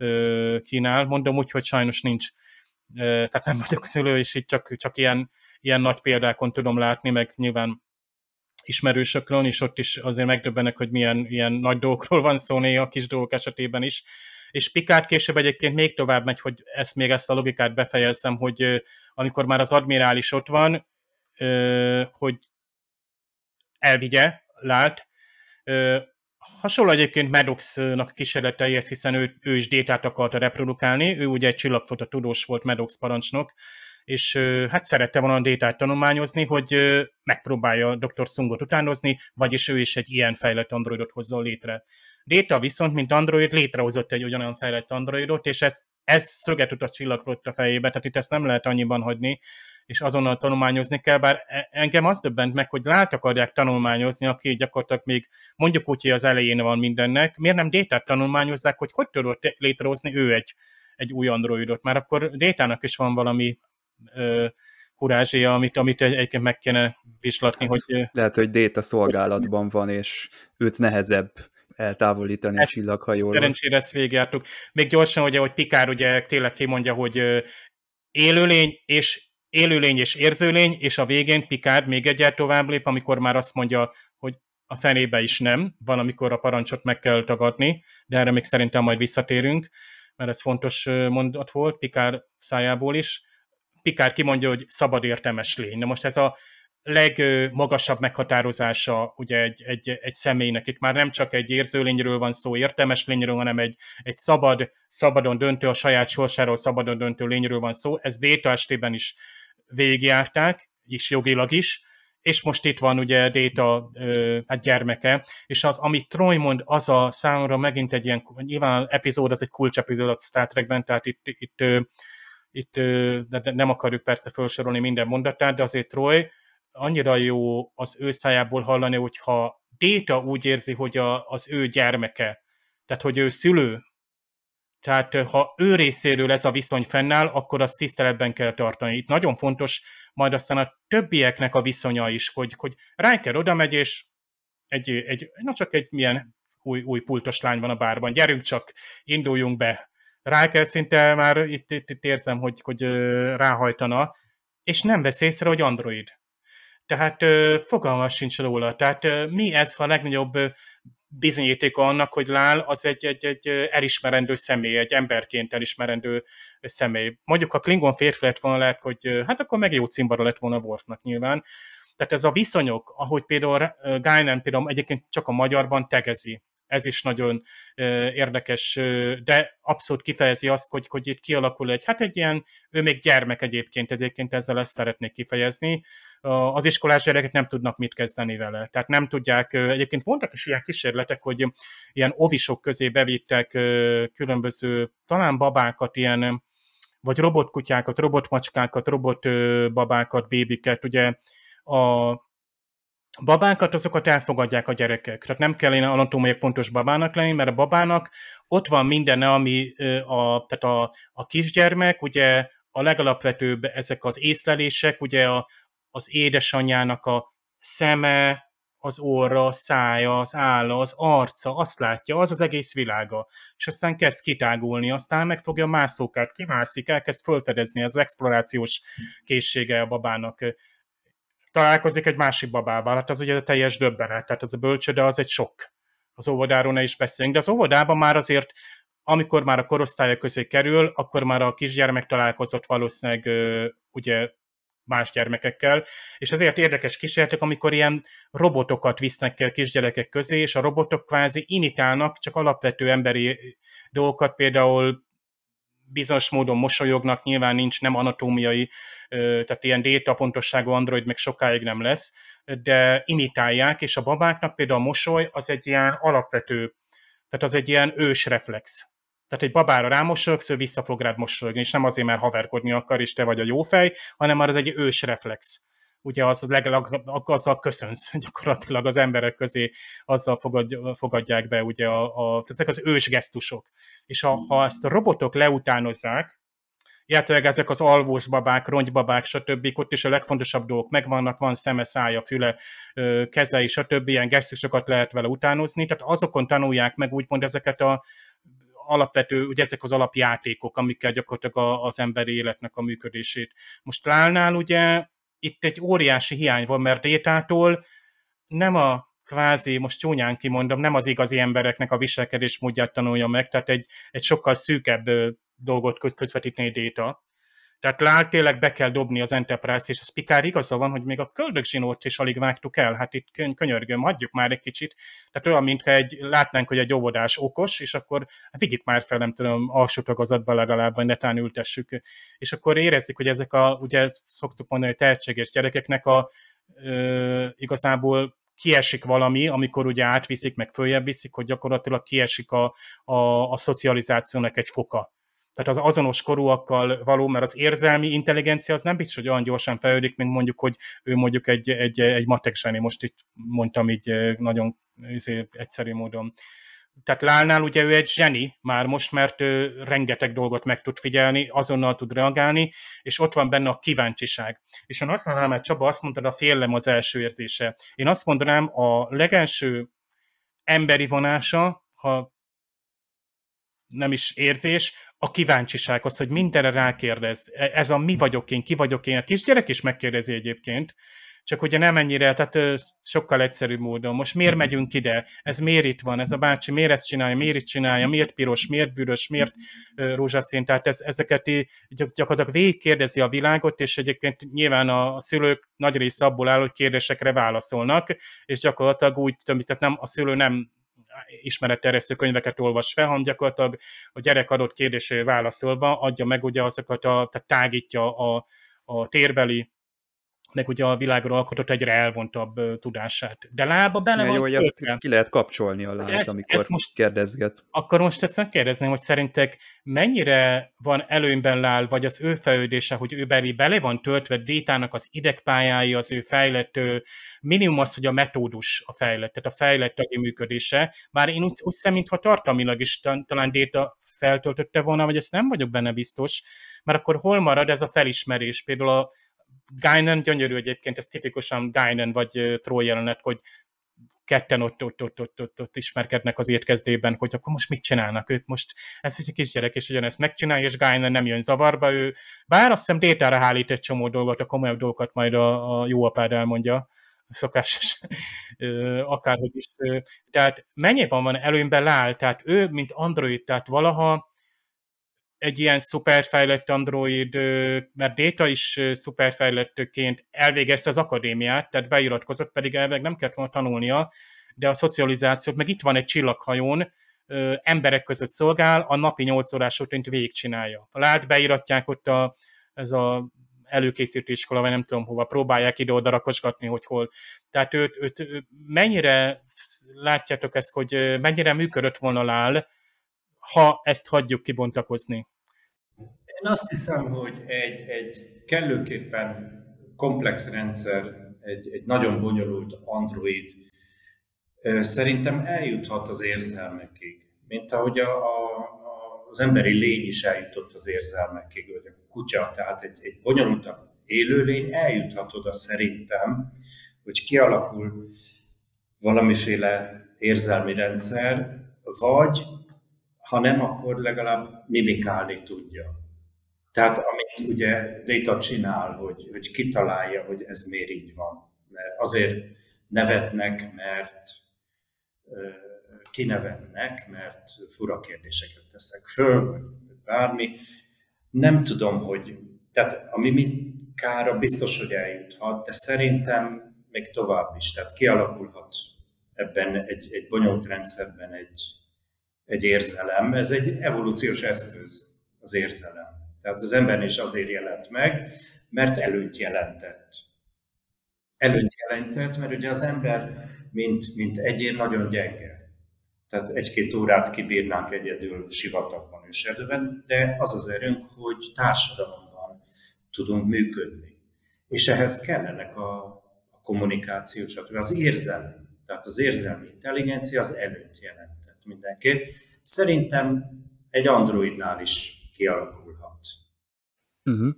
kínál. Mondom úgy, hogy sajnos nincs. Tehát nem vagyok szülő, és így csak, csak ilyen, ilyen nagy példákon tudom látni, meg nyilván ismerősökről, és ott is azért megdöbbenek, hogy milyen ilyen nagy dolgokról van szó néha, kis dolgok esetében is. És Picard később egyébként még tovább megy, hogy ezt még ezt a logikát befejezzem, hogy amikor már az admirális ott van, hogy elvigye Lált. Hasonló egyébként Maddoxnak kísérleteihez, hiszen ő, ő is Détát akarta reprodukálni, ő ugye egy csillagflota tudós volt, Maddox parancsnok, és hát szerette volna Détát tanulmányozni, hogy megpróbálja doktor Sungot utánozni, vagyis ő is egy ilyen fejlett androidot hozzon létre. Déta viszont, mint android, létrehozott egy ugyanolyan fejlett androidot, és ez, ez szöget ut a csillagflotta fejébe, tehát itt ezt nem lehet annyiban hagyni, és azonnal tanulmányozni kell, bár engem az döbbent meg, hogy Lát akarják tanulmányozni, aki gyakorlatilag még mondjuk úgy, hogy az elején van mindennek, miért nem Détát tanulmányozzák, hogy hogy tudott létrehozni ő egy, egy új androidot, már akkor Détának is van valami ö, kurázsia, amit, amit egyébként meg kéne vizslatni. Hát, hogy... Lehet, hogy Déta szolgálatban van, és őt nehezebb eltávolítani ezt, a csillaghajóról. Szerencsére ezt végigjártuk. Még gyorsan, ugye, hogy Picard ugye tényleg kimondja, hogy élőlény és élőlény és érzőlény, és a végén Picard még egyet tovább lép, amikor már azt mondja, hogy a fenébe is nem, van, amikor a parancsot meg kell tagadni, de erre még szerintem majd visszatérünk, mert ez fontos mondat volt Picard szájából is. Picard kimondja, hogy szabad értelmes lény. Na most ez a legmagasabb meghatározása ugye egy, egy, egy személynek. Itt már nem csak egy érzőlényről van szó, értelmes lényről, hanem egy, egy szabad, szabadon döntő, a saját sorsáról szabadon döntő lényről van szó. Ez Data estében is végigjárták, és jogilag is, és most itt van ugye Data hát gyermeke, és az, amit Troy mond, az a számomra megint egy ilyen, nyilván az epizód, az egy kulcsepizód a Star Trekben, tehát itt, itt, itt de nem akarjuk persze felsorolni minden mondatát, de azért Troy annyira jó az ő szájából hallani, hogyha Data úgy érzi, hogy a, az ő gyermeke, tehát hogy ő szülő, tehát ha ő részéről ez a viszony fennáll, akkor azt tiszteletben kell tartani. Itt nagyon fontos majd aztán a többieknek a viszonya is, hogy, hogy Riker oda megy, és egy, egy, na csak egy milyen új, új pultos lány van a bárban, gyerünk csak, induljunk be. Riker szinte már itt, itt, itt érzem, hogy, hogy ráhajtana, és nem vesz észre, hogy android. Tehát fogalmas sincs róla. Tehát mi ez, ha a legnagyobb bizonyítéka annak, hogy Lál az egy, egy, egy elismerendő személy, egy emberként elismerendő személy. Mondjuk, ha Klingon férfi lett volna, lehet, hogy hát akkor meg jó címbara lett volna Worfnak nyilván. Tehát ez a viszonyok, ahogy például Guinan például egyébként csak a magyarban tegezi. Ez is nagyon érdekes, de abszolút kifejezi azt, hogy, hogy itt kialakul egy, hát egy ilyen, ő még gyermek egyébként, egyébként ezzel ezt szeretnék kifejezni. Az iskolás gyerekek nem tudnak mit kezdeni vele. Tehát nem tudják, egyébként voltak is ilyen kísérletek, hogy ilyen ovisok közé bevittek különböző, talán babákat, ilyen, vagy robotkutyákat, robotmacskákat, robotbabákat, bébiket, ugye a babákat, azokat elfogadják a gyerekek. Tehát nem kell én anatómiai pontos babának lenni, mert a babának ott van minden, ami a, tehát a, a kisgyermek, ugye a legalapvetőbb ezek az észlelések, ugye a, az édesanyjának a szeme, az orra, a szája, az álla, az arca, azt látja, az az egész világa. És aztán kezd kitágulni, aztán megfogja a mászókát, kimászik, elkezd fölfedezni, az explorációs készsége a babának. Találkozik egy másik babával, hát az ugye a teljes döbbenet, tehát az a bölcsőde az egy sok. Az óvodáról ne is beszélünk, de az óvodában már azért, amikor már a korosztályok közé kerül, akkor már a kisgyermek találkozott valószínűleg ugye más gyermekekkel, és ezért érdekes kísérletek, amikor ilyen robotokat visznek el kisgyerekek közé, és a robotok kvázi imitálnak csak alapvető emberi dolgokat, például bizonyos módon mosolyognak, nyilván nincs nem anatómiai, tehát ilyen Data pontosságú android még sokáig nem lesz, de imitálják, és a babáknak például a mosoly az egy ilyen alapvető, tehát az egy ilyen ős reflex. Tehát egy babára rámosolyogsz, ő vissza fog rád mosolyogni, és nem azért, mert haverkodni akar, és te vagy a jó fej, hanem már az egy ős reflex. Ugye az legalább azzal köszönsz gyakorlatilag az emberek közé, azzal fogad, fogadják be ugye a, a, ezek az ős gesztusok. És ha, ha ezt a robotok leutánozzák, illetve ezek az alvós babák, rongybabák, stb. Ott is a legfontosabb dolgok megvannak, van szeme, szája, füle, keze, stb. Ilyen gesztusokat lehet vele utánozni, tehát azokon tanulják meg úgymond ezeket a alapvető, ugye ezek az alapjátékok, amikkel gyakorlatilag az emberi életnek a működését. Most Lálnál ugye itt egy óriási hiány van, mert Détától nem a kvázi, most csúnyán kimondom, nem az igazi embereknek a viselkedésmódját tanulja meg, tehát egy, egy sokkal szűkebb dolgot közvetíteni Déta. Tehát Lál tényleg be kell dobni az Enterprise-t, és az Picard igaza van, hogy még a köldögzsinót is alig vágtuk el, hát itt könyörgöm, hagyjuk már egy kicsit. Tehát olyan, mintha egy, látnánk, hogy egy óvodás okos, és akkor vigyük már fel, nem tudom, alsó tagozatba legalább, vagy netán ültessük. És akkor érezzük, hogy ezek a, ugye szoktuk mondani, hogy tehetséges gyerekeknek a ö, igazából kiesik valami, amikor ugye átviszik, meg följebb viszik, hogy gyakorlatilag kiesik a, a, a szocializációnak egy foka. Tehát az azonos korúakkal való, mert az érzelmi intelligencia az nem biztos, hogy olyan gyorsan fejlődik, mint mondjuk, hogy ő mondjuk egy, egy, egy matek zseni, most itt mondtam így nagyon egyszerű módon. Tehát Lálnál ugye ő egy zseni már most, mert ő rengeteg dolgot meg tud figyelni, azonnal tud reagálni, és ott van benne a kíváncsiság. És én azt mondanám, mert Csaba azt mondtad, a félelem az első érzése. Én azt mondanám, a legelső emberi vonása, ha nem is érzés, a kíváncsiság az, hogy mindenre rákérdez. Ez a mi vagyok én, ki vagyok én. A kisgyerek is megkérdezi egyébként, csak ugye nem ennyire, tehát sokkal egyszerűbb módon. Most miért megyünk ide? Ez miért itt van? Ez a bácsi miért ezt csinálja? Miért itt csinálja? Miért piros? Miért bűrös? Miért rózsaszín? Tehát ez, ezeket gyakorlatilag végigkérdezi a világot, és egyébként nyilván a szülők nagy része abból áll, hogy kérdésekre válaszolnak, és gyakorlatilag úgy, tehát nem, a szülő nem ismeretterjesztő könyveket olvas fel, hanem gyakorlatilag a gyerek adott kérdésére válaszolva adja meg ugye azokat, a, tehát tágítja a, a térbeli, meg ugye a világról alkotott egyre elvontabb uh, tudását. De lába bele ja, van jó, hogy ezt ki lehet kapcsolni a lát, ezt, amikor ezt most kérdezget. Akkor most ezt megkérdezném, hogy szerintek mennyire van előnyben Lál, vagy az ő fejlődése, hogy ő belé bele van töltve Détának az idegpályái, az ő fejlett, minimum az, hogy a metódus a fejlett, tehát a fejlett tagi működése. Bár én úgy, úgy szem, mintha tartalmilag is talán Déta feltöltötte volna, vagy ezt nem vagyok benne biztos, mert akkor hol marad ez a felismerés? Például a Guinan gyönyörű egyébként, ez tipikusan Guinan vagy Troy jelenet, hogy ketten ott, ott, ott, ott, ott, ott ismerkednek az étkezdében, hogy akkor most mit csinálnak ők most. Ez egy kisgyerek, és ugyanezt megcsinálja, és Guinan nem jön zavarba. Ő, bár azt hiszem Détára hálít egy csomó dolgot, a komolyabb dolgokat majd a, a jó apád elmondja, szokásos, akárhogy is. Tehát mennyiben van előnyben Lál, tehát ő, mint android, tehát valaha egy ilyen szuperfejlett android, mert Déta is szuperfejlettként elvégezte az akadémiát, tehát beiratkozott, pedig elvég nem kellett volna tanulnia, de a szocializációt, meg itt van egy csillaghajón, emberek között szolgál, a napi nyolc órás után végigcsinálja. Lát, beiratják ott a, ez a előkészítő iskola, vagy nem tudom hova, próbálják ide-oda rakosgatni, hogy hol. Tehát őt, őt, őt mennyire látjátok ezt, hogy mennyire működött volna Lál, ha ezt hagyjuk kibontakozni? Én azt hiszem, hogy egy, egy kellőképpen komplex rendszer, egy, egy nagyon bonyolult android szerintem eljuthat az érzelmekig, mint ahogy a, a, az emberi lény is eljutott az érzelmekig, vagy a kutya, tehát egy, egy bonyolultabb élőlény eljuthat oda szerintem, hogy kialakul valamiféle érzelmi rendszer, vagy ha nem, akkor legalább mimikálni tudja. Tehát amit ugye Déta csinál, hogy, hogy kitalálja, hogy ez miért így van. Mert azért nevetnek, mert uh, kinevetnek, mert fura kérdéseket teszek föl, vagy bármi. Nem tudom, hogy... Tehát a mimikára biztos, hogy eljuthat, de szerintem még tovább is. Tehát kialakulhat ebben egy, egy bonyolult rendszerben egy egy érzelem. Ez egy evolúciós eszköz, az érzelem. Tehát az embernél is azért jelent meg, mert előnyt jelentett. Előnyt jelentett, mert ugye az ember, mint, mint egyén, nagyon gyenge. Tehát egy-két órát kibírnánk egyedül sivatagban, őserdőben, de az az erőnk, hogy társadalomban tudunk működni. És ehhez kellenek a, a kommunikációs, az érzelem. Tehát az érzelmi intelligencia az előnyt jelentett mindenképp. Szerintem egy androidnál is kialakulhat. Uh-huh.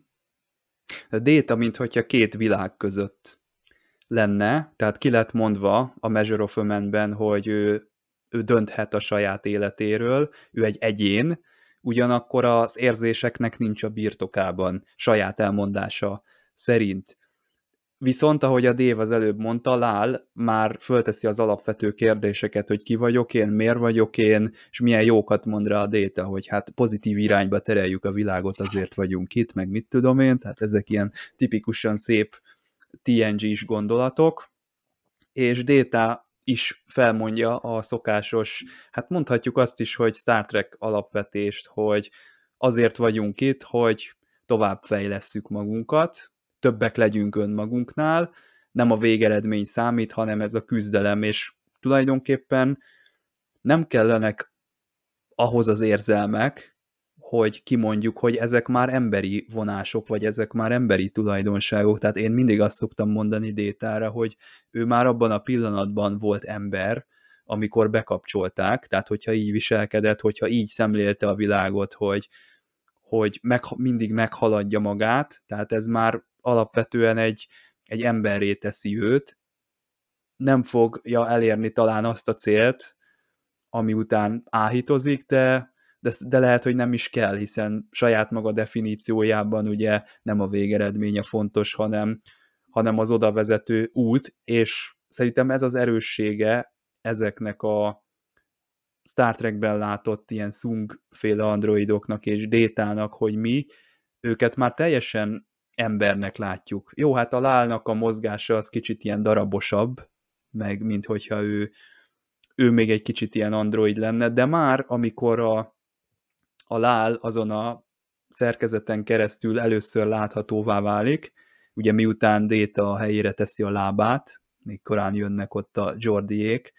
A Déta, minthogyha két világ között lenne, tehát ki lett mondva a Measure of a Man-ben, hogy ő, ő dönthet a saját életéről, ő egy egyén, ugyanakkor az érzéseknek nincs a birtokában saját elmondása szerint. Viszont, ahogy a Dave az előbb mondta, Lál már fölteszi az alapvető kérdéseket, hogy ki vagyok én, miért vagyok én, és milyen jókat mond rá a Déta, hogy hát pozitív irányba tereljük a világot, azért vagyunk itt, meg mit tudom én, tehát ezek ilyen tipikusan szép té en gés gondolatok, és Déta is felmondja a szokásos, hát mondhatjuk azt is, hogy Star Trek alapvetést, hogy azért vagyunk itt, hogy továbbfejlesszük magunkat, többek legyünk önmagunknál, nem a végeredmény számít, hanem ez a küzdelem, és tulajdonképpen nem kellenek ahhoz az érzelmek, hogy kimondjuk, hogy ezek már emberi vonások, vagy ezek már emberi tulajdonságok, tehát én mindig azt szoktam mondani Détára, hogy ő már abban a pillanatban volt ember, amikor bekapcsolták, tehát hogyha így viselkedett, hogyha így szemlélte a világot, hogy, hogy meg, mindig meghaladja magát, tehát ez már alapvetően egy, egy emberré teszi őt, nem fogja elérni talán azt a célt, ami után áhítozik, de, de, de lehet, hogy nem is kell, hiszen saját maga definíciójában ugye nem a végeredménye fontos, hanem, hanem az oda vezető út, és szerintem ez az erőssége ezeknek a Star Trekben látott ilyen Sung-féle androidoknak és Détának, hogy mi őket már teljesen embernek látjuk. Jó, hát a Lálnak a mozgása az kicsit ilyen darabosabb, meg mint hogyha ő, ő még egy kicsit ilyen android lenne, de már amikor a, a Lál azon a szerkezeten keresztül először láthatóvá válik, ugye miután Déta a helyére teszi a lábát, még korán jönnek ott a Geordiék,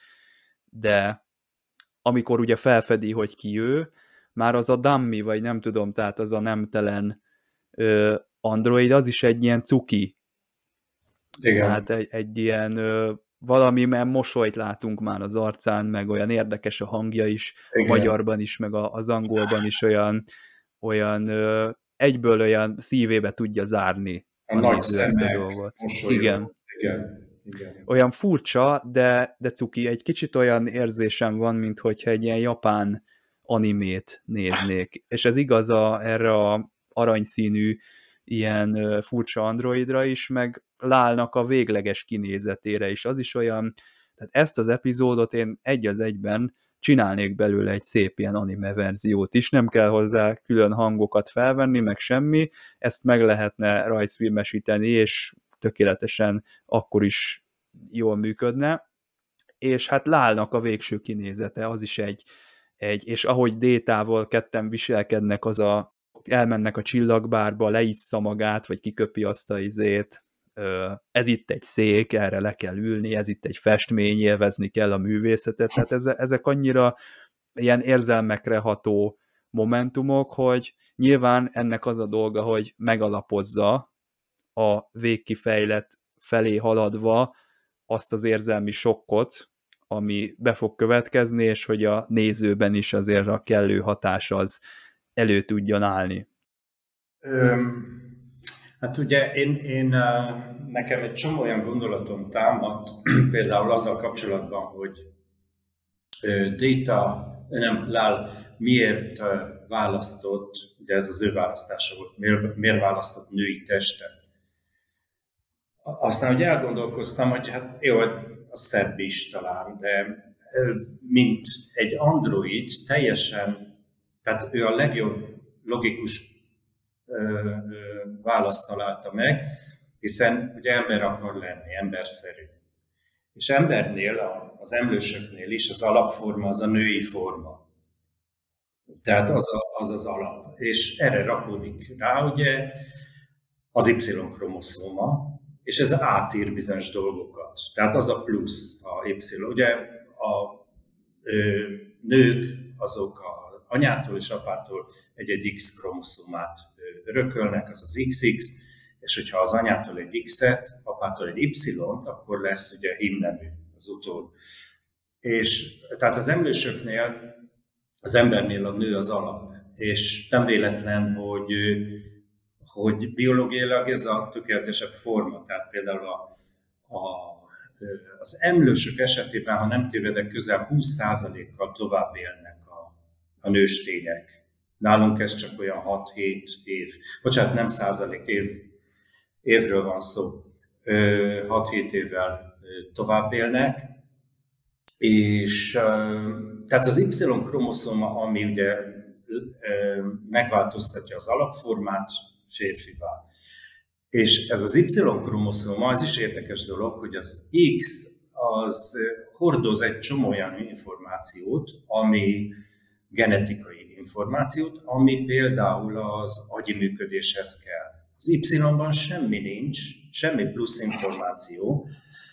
de amikor ugye felfedi, hogy ki ő, már az a dummy, vagy nem tudom, tehát az a nemtelen ö, android, az is egy ilyen cuki. Igen. Tehát egy, egy ilyen ö, valami, mert mosolyt látunk már az arcán, meg olyan érdekes a hangja is, Igen. a magyarban is, meg a, az angolban is olyan, olyan ö, egyből olyan szívébe tudja zárni A a nagy néző ezt a szemek, dolgot. mosolyog. Igen. Igen. Igen. Olyan furcsa, de, de cuki. Egy kicsit olyan érzésem van, mint hogyha egy ilyen japán animét néznék. És ez igaz a, erre a aranyszínű ilyen furcsa androidra is, meg Lálnak a végleges kinézetére is. Az is olyan, tehát ezt az epizódot én egy az egyben csinálnék belőle egy szép ilyen anime verziót is, nem kell hozzá külön hangokat felvenni, meg semmi, ezt meg lehetne rajzfilmesíteni, és tökéletesen akkor is jól működne, és hát Lálnak a végső kinézete, az is egy, egy és ahogy Détával ketten viselkednek, az a, elmennek a csillagbárba, leissza magát, vagy kiköpi azt a izét, ez itt egy szék, erre le kell ülni, ez itt egy festmény, élvezni kell a művészetet, tehát ezek annyira ilyen érzelmekre ható momentumok, hogy nyilván ennek az a dolga, hogy megalapozza a végkifejlet felé haladva azt az érzelmi sokkot, ami be fog következni, és hogy a nézőben is azért a kellő hatás az elő tudjon állni. Öm, hát ugye én, én, nekem egy csomó olyan gondolatom támadt, például azzal kapcsolatban, hogy Déta, nem, Lál miért választott, ugye ez az ő választása volt, miért, miért választott női testet. Aztán, hogy elgondolkoztam, hogy hát jó, a szebb is talán, de mint egy android teljesen, tehát ő a legjobb logikus választ találta meg, hiszen ugye ember akar lenni, emberszerű. És embernél, az emlősöknél is az alapforma az a női forma. Tehát az a, az, az alap. És erre rakódik rá ugye az Y-kromoszóma, és ez átír bizonyos dolgokat. Tehát az a plusz a Y. Ugye a ö, nők azok az anyától és apától egy-egy X-kromoszómát örökölnek, az az iksz iksz, és hogyha az anyától egy X-et, apától egy Y-t, akkor lesz ugye hímnemű az utód. És tehát az emlősöknél, az embernél a nő az alap, és nem véletlen, hogy hogy biológiailag ez a tökéletesebb forma. Tehát például a, a, az emlősök esetében, ha nem tévedek, közel húsz százalékkal tovább élnek a, a nőstények. Nálunk ez csak olyan hat-hét év. Bocsánat, nem százalék, év, évről van szó. hat-hét évvel tovább élnek. És tehát az Y-kromoszóma, ami ugye megváltoztatja az alapformát, férfivá. És ez az Y-kromoszóma, az is érdekes dolog, hogy az X az hordoz egy csomó olyan információt, ami genetikai információt, ami például az agyi működéshez kell. Az Y-ban semmi nincs, semmi plusz információ,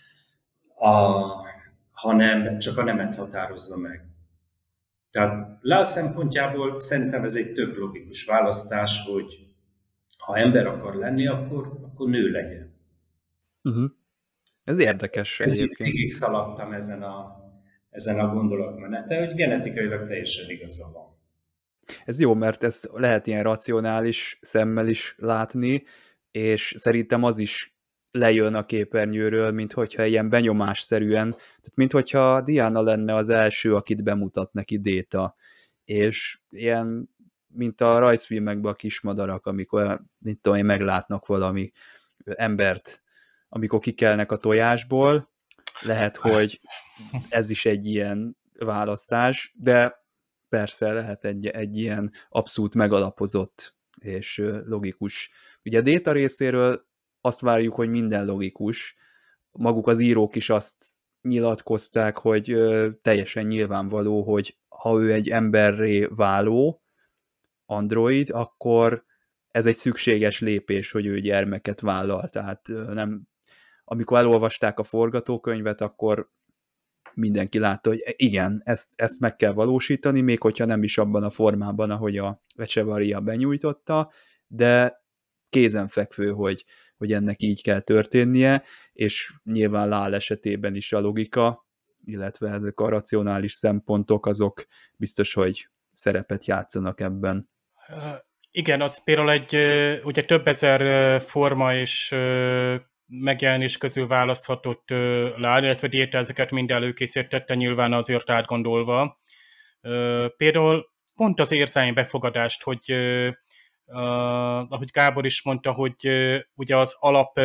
a, hanem csak a nemet határozza meg. Tehát Lál szempontjából szerintem ez egy tök logikus választás, hogy ha ember akar lenni, akkor, akkor nő legyen. Uh-huh. Ez érdekes ez egyébként. Végig szaladtam ezen a, ezen a gondolatmeneten, hogy genetikailag teljesen igaza van. Ez jó, mert ezt lehet ilyen racionális szemmel is látni, és szerintem az is lejön a képernyőről, mint hogyha ilyen benyomásszerűen, tehát mint hogyha Diana lenne az első, akit bemutat neki Data, és ilyen, mint a rajzfilmekben a kismadarak, amikor, mint tudom én, meglátnak valami embert, amikor kikelnek a tojásból, lehet, hogy ez is egy ilyen választás, de persze lehet egy, egy ilyen abszolút megalapozott és logikus. Ugye a Data részéről azt várjuk, hogy minden logikus. Maguk az írók is azt nyilatkozták, hogy teljesen nyilvánvaló, hogy ha ő egy emberré váló android, akkor ez egy szükséges lépés, hogy ő gyermeket vállal. Tehát nem, amikor elolvasták a forgatókönyvet, akkor mindenki látta, hogy igen, ezt, ezt meg kell valósítani, még hogyha nem is abban a formában, ahogy a Echevarria benyújtotta, de kézenfekvő, hogy, hogy ennek így kell történnie, és nyilván Lál esetében is a logika, illetve ezek a racionális szempontok, azok biztos, hogy szerepet játszanak ebben. Igen, az például egy ugye több ezer forma és megjelenés közül választhatott Lál, illetve Data ezeket mind előkészítette, nyilván azért átgondolva. Például pont az érzelmi befogadást, hogy ahogy Gábor is mondta, hogy ugye az alap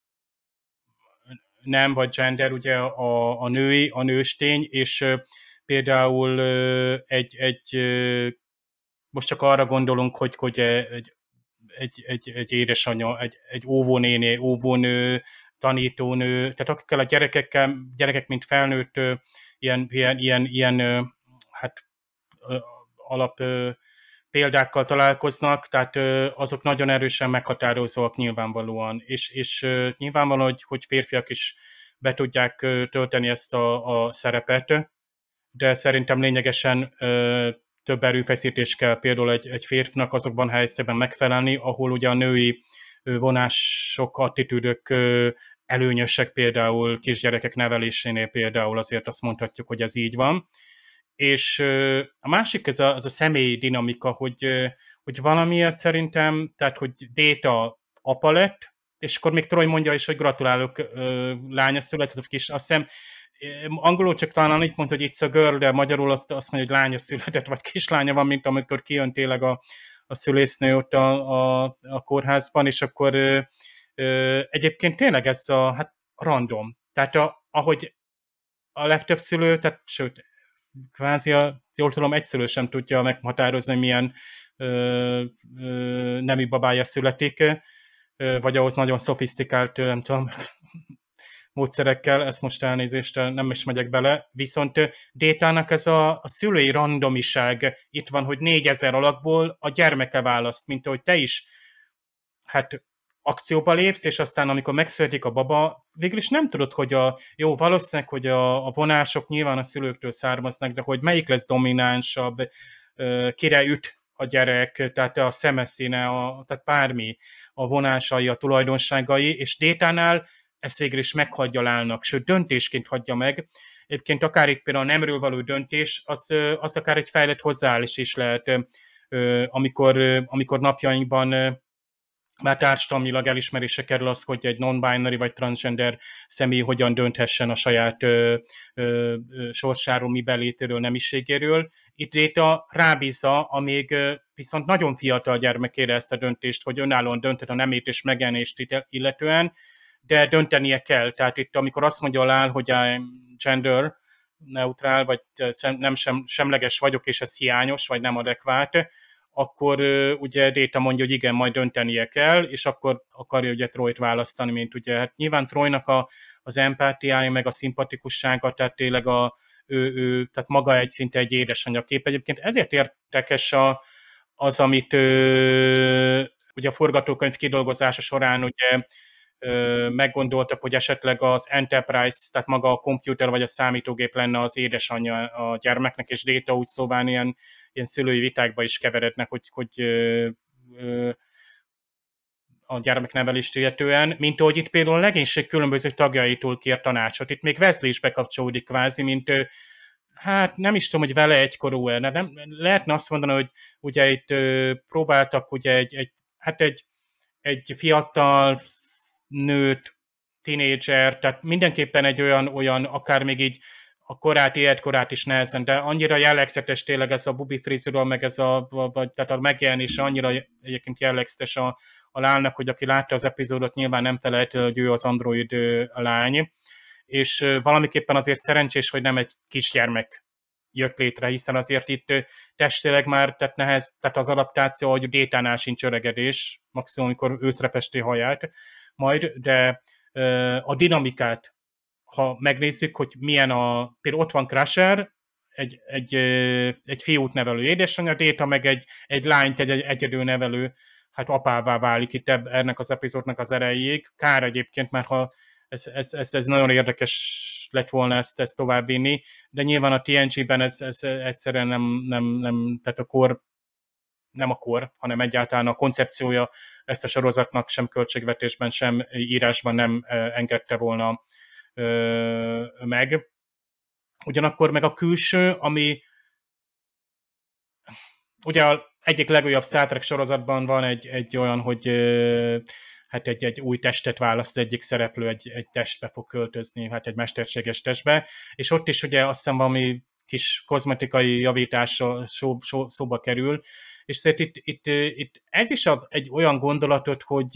nem vagy gender, ugye a, a női, a nőstény, és például egy, egy most csak arra gondolunk, hogy, hogy egy, egy, egy, egy édesanyja, egy, egy óvónéni, óvónő, tanítónő, tehát akikkel a gyerekekkel, gyerekek mint felnőtt ilyen, ilyen, ilyen, ilyen hát alap példákkal találkoznak, tehát azok nagyon erősen meghatározóak nyilvánvalóan, és, és nyilvánvalóan, hogy, hogy férfiak is be tudják tölteni ezt a, a szerepet, de szerintem lényegesen több erőfeszítés kell például egy, egy férfinak azokban a helyzetben megfelelni, ahol ugye a női vonások, attitűdök előnyösek, például kisgyerekek nevelésénél például azért azt mondhatjuk, hogy ez így van. És a másik az a, az a személyi dinamika, hogy, hogy valamiért szerintem, tehát hogy Data apa lett, és akkor még Troy mondja is, hogy gratulálok, lánya született, és azt hiszem, angolul csak talán annyit mondta, hogy it's a girl, de magyarul azt, azt mondja, hogy lánya született, vagy kislánya van, mint amikor kijön tényleg a, a szülésznő ott a, a, a kórházban, és akkor ö, ö, egyébként tényleg ez a hát random. Tehát a, ahogy a legtöbb szülő, tehát sőt, kvázi, a, jól tudom, egyszülő sem tudja meghatározni, milyen ö, ö, nemi babája születik, ö, vagy ahhoz nagyon szofisztikált, nem tudom, módszerekkel, ezt most elnézést, nem is megyek bele, viszont Détának ez a, a szülői randomiság itt van, hogy négyezer alakból a gyermeke választ, mint ahogy te is, hát akcióba lépsz, és aztán amikor megszületik a baba, végül is nem tudod, hogy a, jó, valószínűleg, hogy a, a vonások nyilván a szülőktől származnak, de hogy melyik lesz dominánsabb, kire üt a gyerek, tehát a szemeszíne, a, tehát bármi, a vonásai, a tulajdonságai, és Détánál ezt végül is meghagyja Lálnak, sőt döntésként hagyja meg. Egyébként akár itt például a nemről való döntés, az, az akár egy fejlett hozzáállás is lehet, amikor, amikor napjainkban már társadalmilag elismerése kerül az, hogy egy non-binary vagy transgender személy hogyan dönthessen a saját ö, ö, sorsáról, mibelétéről, nemiségéről. Itt Data rábízza a még viszont nagyon fiatal gyermekére ezt a döntést, hogy önállóan dönthet a nemét és megjelenést illetően, de döntenie kell. Tehát itt, amikor azt mondja Lál, hogy a gender neutrál, vagy nem sem, semleges vagyok, és ez hiányos, vagy nem adekvát, akkor ugye Data mondja, hogy igen, majd döntenie kell, és akkor akarja ugye Troyt választani, mint ugye, hát nyilván Troynak a, az empátiája, meg a szimpatikussága, tehát tényleg a, ő, ő, tehát maga egy szinte egy édesanyja kép. Egyébként ezért érdekes a, az, amit ö, ugye a forgatókönyv kidolgozása során ugye meggondoltak, hogy esetleg az Enterprise, tehát maga a komputer vagy a számítógép lenne az édesanyja a gyermeknek, és Data úgy szóval ilyen, ilyen szülői vitákba is keverednek, hogy, hogy ö, ö, a gyermeknevelést illetően, mint ahogy itt például a legénység különböző tagjaitól kér tanácsot. Itt még Wesley is bekapcsolódik kvázi, mint hát nem is tudom, hogy vele egykorú el. Nem, lehetne azt mondani, hogy ugye itt ö, próbáltak ugye egy, egy, hát egy, egy fiatal nőt tínédzser, tehát mindenképpen egy olyan, olyan, akár még így a korát, életkorát is nehezen, de annyira jellegzetes tényleg ez a bubi frizura, meg ez a, vagy, tehát a megjelenése annyira egyébként jellegzetes a, a lánynak, hogy aki látta az epizódot, nyilván nem felejtő, hogy ő az android lány, és valamiképpen azért szerencsés, hogy nem egy kisgyermek jött létre, hiszen azért itt testileg már, tehát, nehez, tehát az adaptáció, hogy Détánál sincs öregedés, maximum, amikor őszre festi haját majd, de a dinamikát, ha megnézzük, hogy milyen a, például ott van Crusher, egy, egy, egy fiút nevelő édesanyja, Déta meg egy, egy lányt, egy, egy egyedül nevelő, hát apává válik itt ebb, ennek az epizódnak az erejéig. Kár egyébként, mert ha ez, ez, ez, ez nagyon érdekes lett volna ezt, ezt továbbvinni, de nyilván a té en gé-ben ez, ez egyszerűen nem, nem, nem, tehát a kor, nem a kor, hanem egyáltalán a koncepciója ezt a sorozatnak sem költségvetésben, sem írásban nem engedte volna meg. Ugyanakkor meg a külső, ami ugye az egyik legújabb Star Trek sorozatban van egy, egy olyan, hogy hát egy, egy új testet választ egyik szereplő, egy, egy testbe fog költözni, hát egy mesterséges testbe, és ott is ugye azt hiszem valami kis kozmetikai javításra szó, szó, szóba kerül, és szerintem itt, itt, itt ez is ad egy olyan gondolatot, hogy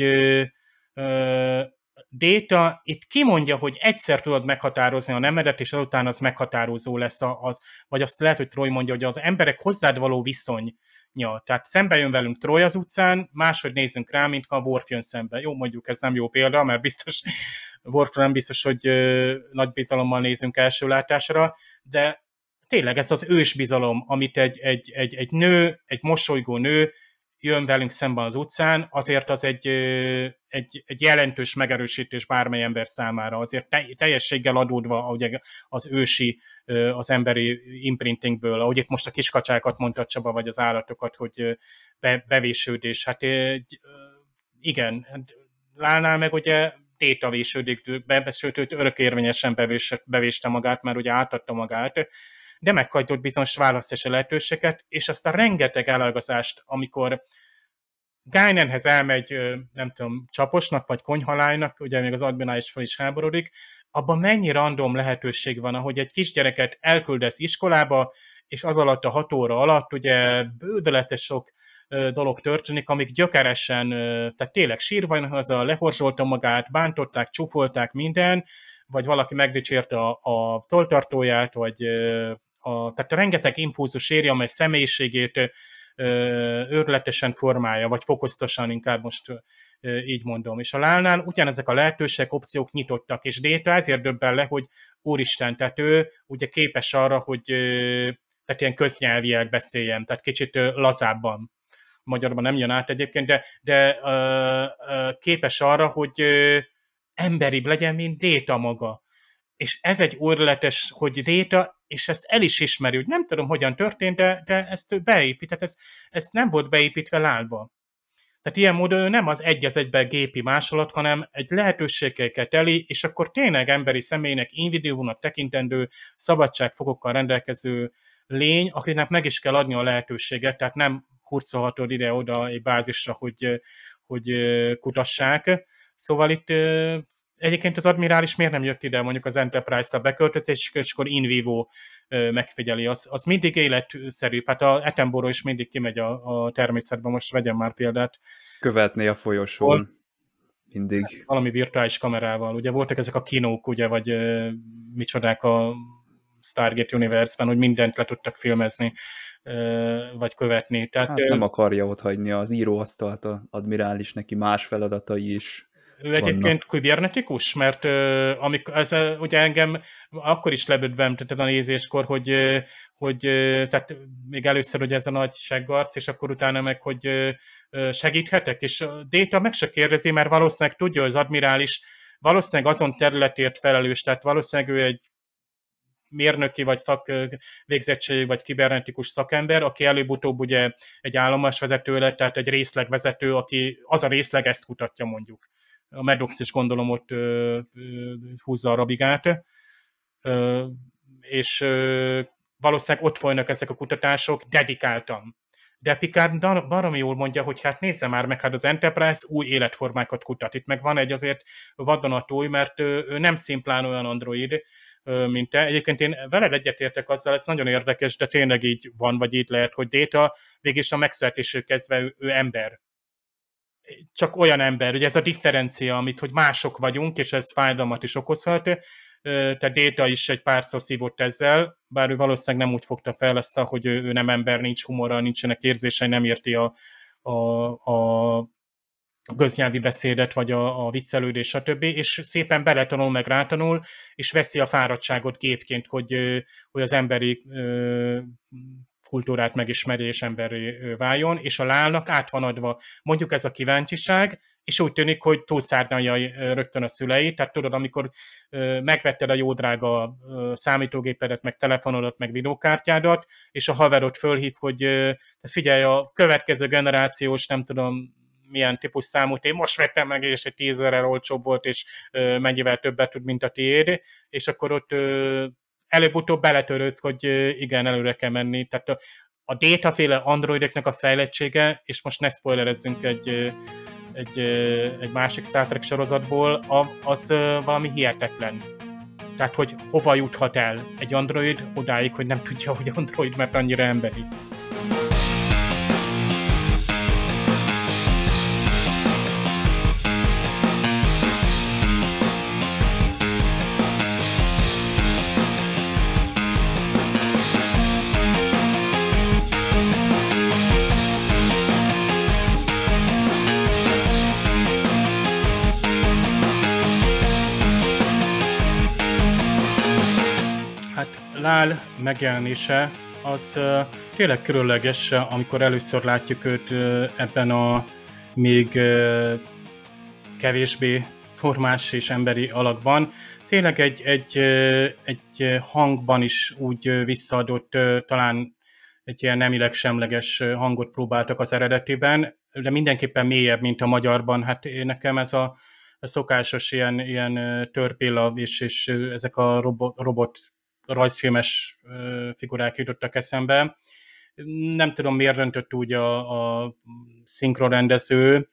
ö, Déta itt kimondja, hogy egyszer tudod meghatározni a nemedet, és azután az meghatározó lesz, az, vagy azt lehet, hogy Troy mondja, hogy az emberek hozzád való viszony. Ja, tehát szembe jön velünk Troy az utcán, máshogy nézzünk rá, mint ha Worf jön szembe. Jó, mondjuk ez nem jó példa, mert biztos, Worfra nem biztos, hogy ö, nagy bizalommal nézünk első látásra, de tényleg ez az ősbizalom, amit egy, egy, egy, egy nő, egy mosolygó nő jön velünk szemben az utcán, azért az egy, egy, egy jelentős megerősítés bármely ember számára, azért teljességgel adódva ugye az ősi, az emberi imprintingből, ahogy itt most a kiskacsákat mondta Csaba, vagy az állatokat, hogy be, bevésődés. Hát igen, Lánál meg ugye Déta vésődik be, sőt, örökérvényesen bevés, bevéste magát, mert ugye átadta magát, de meghagyott bizonyos választási lehetőséget, és azt a rengeteg elágazást, amikor Guinanhez elmegy, nem tudom, csaposnak, vagy konyhalánynak, ugye még az admirál is fel is háborodik, abban mennyi random lehetőség van, ahogy egy kisgyereket elküldesz iskolába, és az alatt a hat óra alatt ugye bődöletes sok dolog történik, amik gyökeresen, tehát tényleg sírva jön haza, lehorzsolta magát, bántották, csúfolták minden, vagy valaki megdicsérte a, a tolltartóját, vagy a, tehát rengeteg impulzus éri, amely személyiségét őrületesen formálja, vagy fokozatosan, inkább most így mondom. És a Lálnál ugyanezek a lehetőségek, opciók nyitottak, és Déta ezért döbben le, hogy úristen, tehát ő ugye képes arra, hogy tehát ilyen köznyelviek beszéljen, tehát kicsit lazábban. Magyarban nem jön át egyébként, de, de képes arra, hogy emberibb legyen, mint Déta maga. És ez egy őrületes, hogy Déta, és ezt el is ismeri, hogy nem tudom, hogyan történt, de, de ezt beépített, ez, ez nem volt beépítve Lálba. Tehát ilyen módon ő nem az egy az egyben gépi másolat, hanem egy lehetőségeket eli, és akkor tényleg emberi személynek, individuumnak tekintendő, szabadságfokokkal rendelkező lény, akinek meg is kell adni a lehetőséget, tehát nem hurcolhatod ide-oda egy bázisra, hogy, hogy kutassák. Szóval itt egyébként az admirális miért nem jött ide mondjuk az Enterprise-ra beköltözés, és akkor in vivo megfigyeli. Az, az mindig életszerű. Hát a Attenborough is mindig kimegy a, a természetben, most vegyem már példát. Követné a folyosón. Mindig. Valami virtuális kamerával. Ugye voltak ezek a kinók, ugye, vagy uh, micsodák a Stargate Universe-ben, hogy mindent le tudtak filmezni, uh, vagy követni. Tehát, hát nem akarja ott hagyni az íróasztalt, az admirális, neki más feladatai is. Ő egyébként kibernetikus, mert uh, amikor ez uh, ugye engem akkor is lebödbem tehát a nézéskor, hogy, uh, hogy uh, tehát még először ugye ez a nagy seggarc, és akkor utána meg, hogy uh, segíthetek, és uh, Déta meg se kérdezi, mert valószínűleg tudja, hogy az admirális valószínűleg azon területért felelős, tehát valószínűleg ő egy mérnöki vagy szak végzettség, vagy kibernetikus szakember, aki előbb-utóbb ugye egy állomásvezető lett, tehát egy részlegvezető, aki az a részleg ezt kutatja mondjuk. A Maddox is gondolom ott ö, ö, húzza a rabigát, ö, és ö, valószínűleg ott folynak ezek a kutatások dedikáltan. De Picard baromi jól mondja, hogy hát nézze már meg, hát az Enterprise új életformákat kutat. Itt meg van egy azért vadonatúj, mert ő nem szimplán olyan android, mint te. Egyébként én veled egyetértek azzal, ez nagyon érdekes, de tényleg így van, vagy így lehet, hogy Data végülis a megszületésről kezdve ő, ő ember. Csak olyan ember, ugye ez a differencia, amit, hogy mások vagyunk, és ez fájdalmat is okozhat, tehát Data is egy párszor szívott ezzel, bár ő valószínűleg nem úgy fogta fel ezt, hogy ő, ő nem ember, nincs humora, nincsenek érzései, nem érti a, a, a köznyelvi beszédet, vagy a, a viccelődés, stb. És szépen beletanul, meg rátanul, és veszi a fáradtságot gépként, hogy, hogy az emberi kultúrát megismeri, és emberi váljon, és a lálnak át van adva. Mondjuk ez a kíváncsiság, és úgy tűnik, hogy túlszárnyalja rögtön a szüleit, tehát tudod, amikor megvetted a jó drága számítógépedet, meg telefonodat, meg videókártyádat, és a haverod fölhív, hogy figyelj, a következő generációs, nem tudom, milyen típus számút, én most vettem meg, és egy tízezerrel olcsóbb volt, és mennyivel többet tud, mint a tiéd, és akkor ott előbb-utóbb beletörődsz, hogy igen, előre kell menni. Tehát a, a Data-féle androideknek a fejlettsége, és most ne spoilerezzünk egy, egy, egy másik Star Trek sorozatból, az valami hihetetlen. Tehát, hogy hova juthat el egy android odáig, hogy nem tudja, hogy android, mert annyira emberi. Lál megjelenése az uh, tényleg különleges, amikor először látjuk őt uh, ebben a még uh, kevésbé formás és emberi alakban. Tényleg egy, egy, uh, egy hangban is úgy uh, visszaadott, uh, talán egy ilyen nemileg semleges hangot próbáltak az eredetiben, de mindenképpen mélyebb, mint a magyarban. Hát nekem ez a, a szokásos ilyen, ilyen törpilla és, és ezek a robot, robot rajzfilmes figurák jutottak eszembe. Nem tudom, miért döntött úgy a, a szinkronrendező,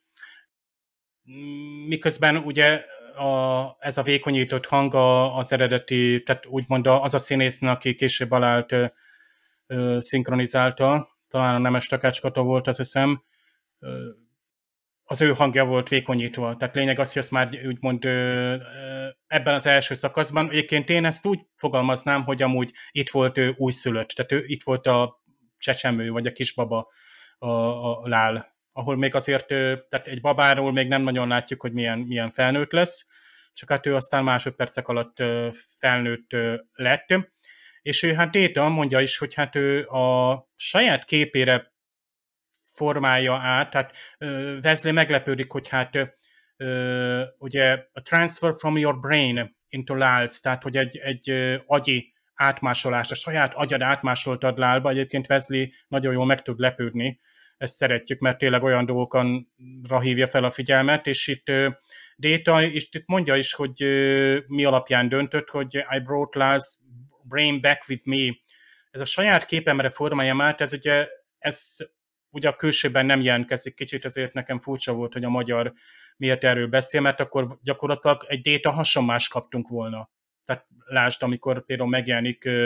miközben ugye a, ez a vékonyított hang a, az eredeti, tehát úgymond az a színész, aki később alált ö, szinkronizálta, talán a Nemes Takács Kata volt, azt hiszem, ö, az ő hangja volt vékonyítva. Tehát lényeg az, hogy ezt már úgymond ebben az első szakaszban, egyébként én ezt úgy fogalmaznám, hogy amúgy itt volt ő újszülött, tehát ő, itt volt a csecsemő, vagy a kisbaba, a, a Lál, ahol még azért, tehát egy babáról még nem nagyon látjuk, hogy milyen, milyen felnőtt lesz, csak hát ő aztán másodpercek alatt felnőtt lett, és ő hát Data mondja is, hogy hát ő a saját képére formálja át, tehát uh, Wesley meglepődik, hogy hát uh, ugye a transfer from your brain into Lál's, tehát hogy egy, egy uh, agyi átmásolás, a saját agyad átmásoltad Lálba, egyébként Wesley nagyon jól meg tud lepődni, ezt szeretjük, mert tényleg olyan dolgokra hívja fel a figyelmet, és itt uh, Data, és itt mondja is, hogy uh, mi alapján döntött, hogy I brought Lál's brain back with me. Ez a saját képemre formáljam át, ez ugye, ez ugye a külsőben nem jelentkezik, kicsit ezért nekem furcsa volt, hogy a magyar miért erről beszél, mert akkor gyakorlatilag egy Data hasonlást kaptunk volna. Tehát lásd, amikor például megjelenik uh,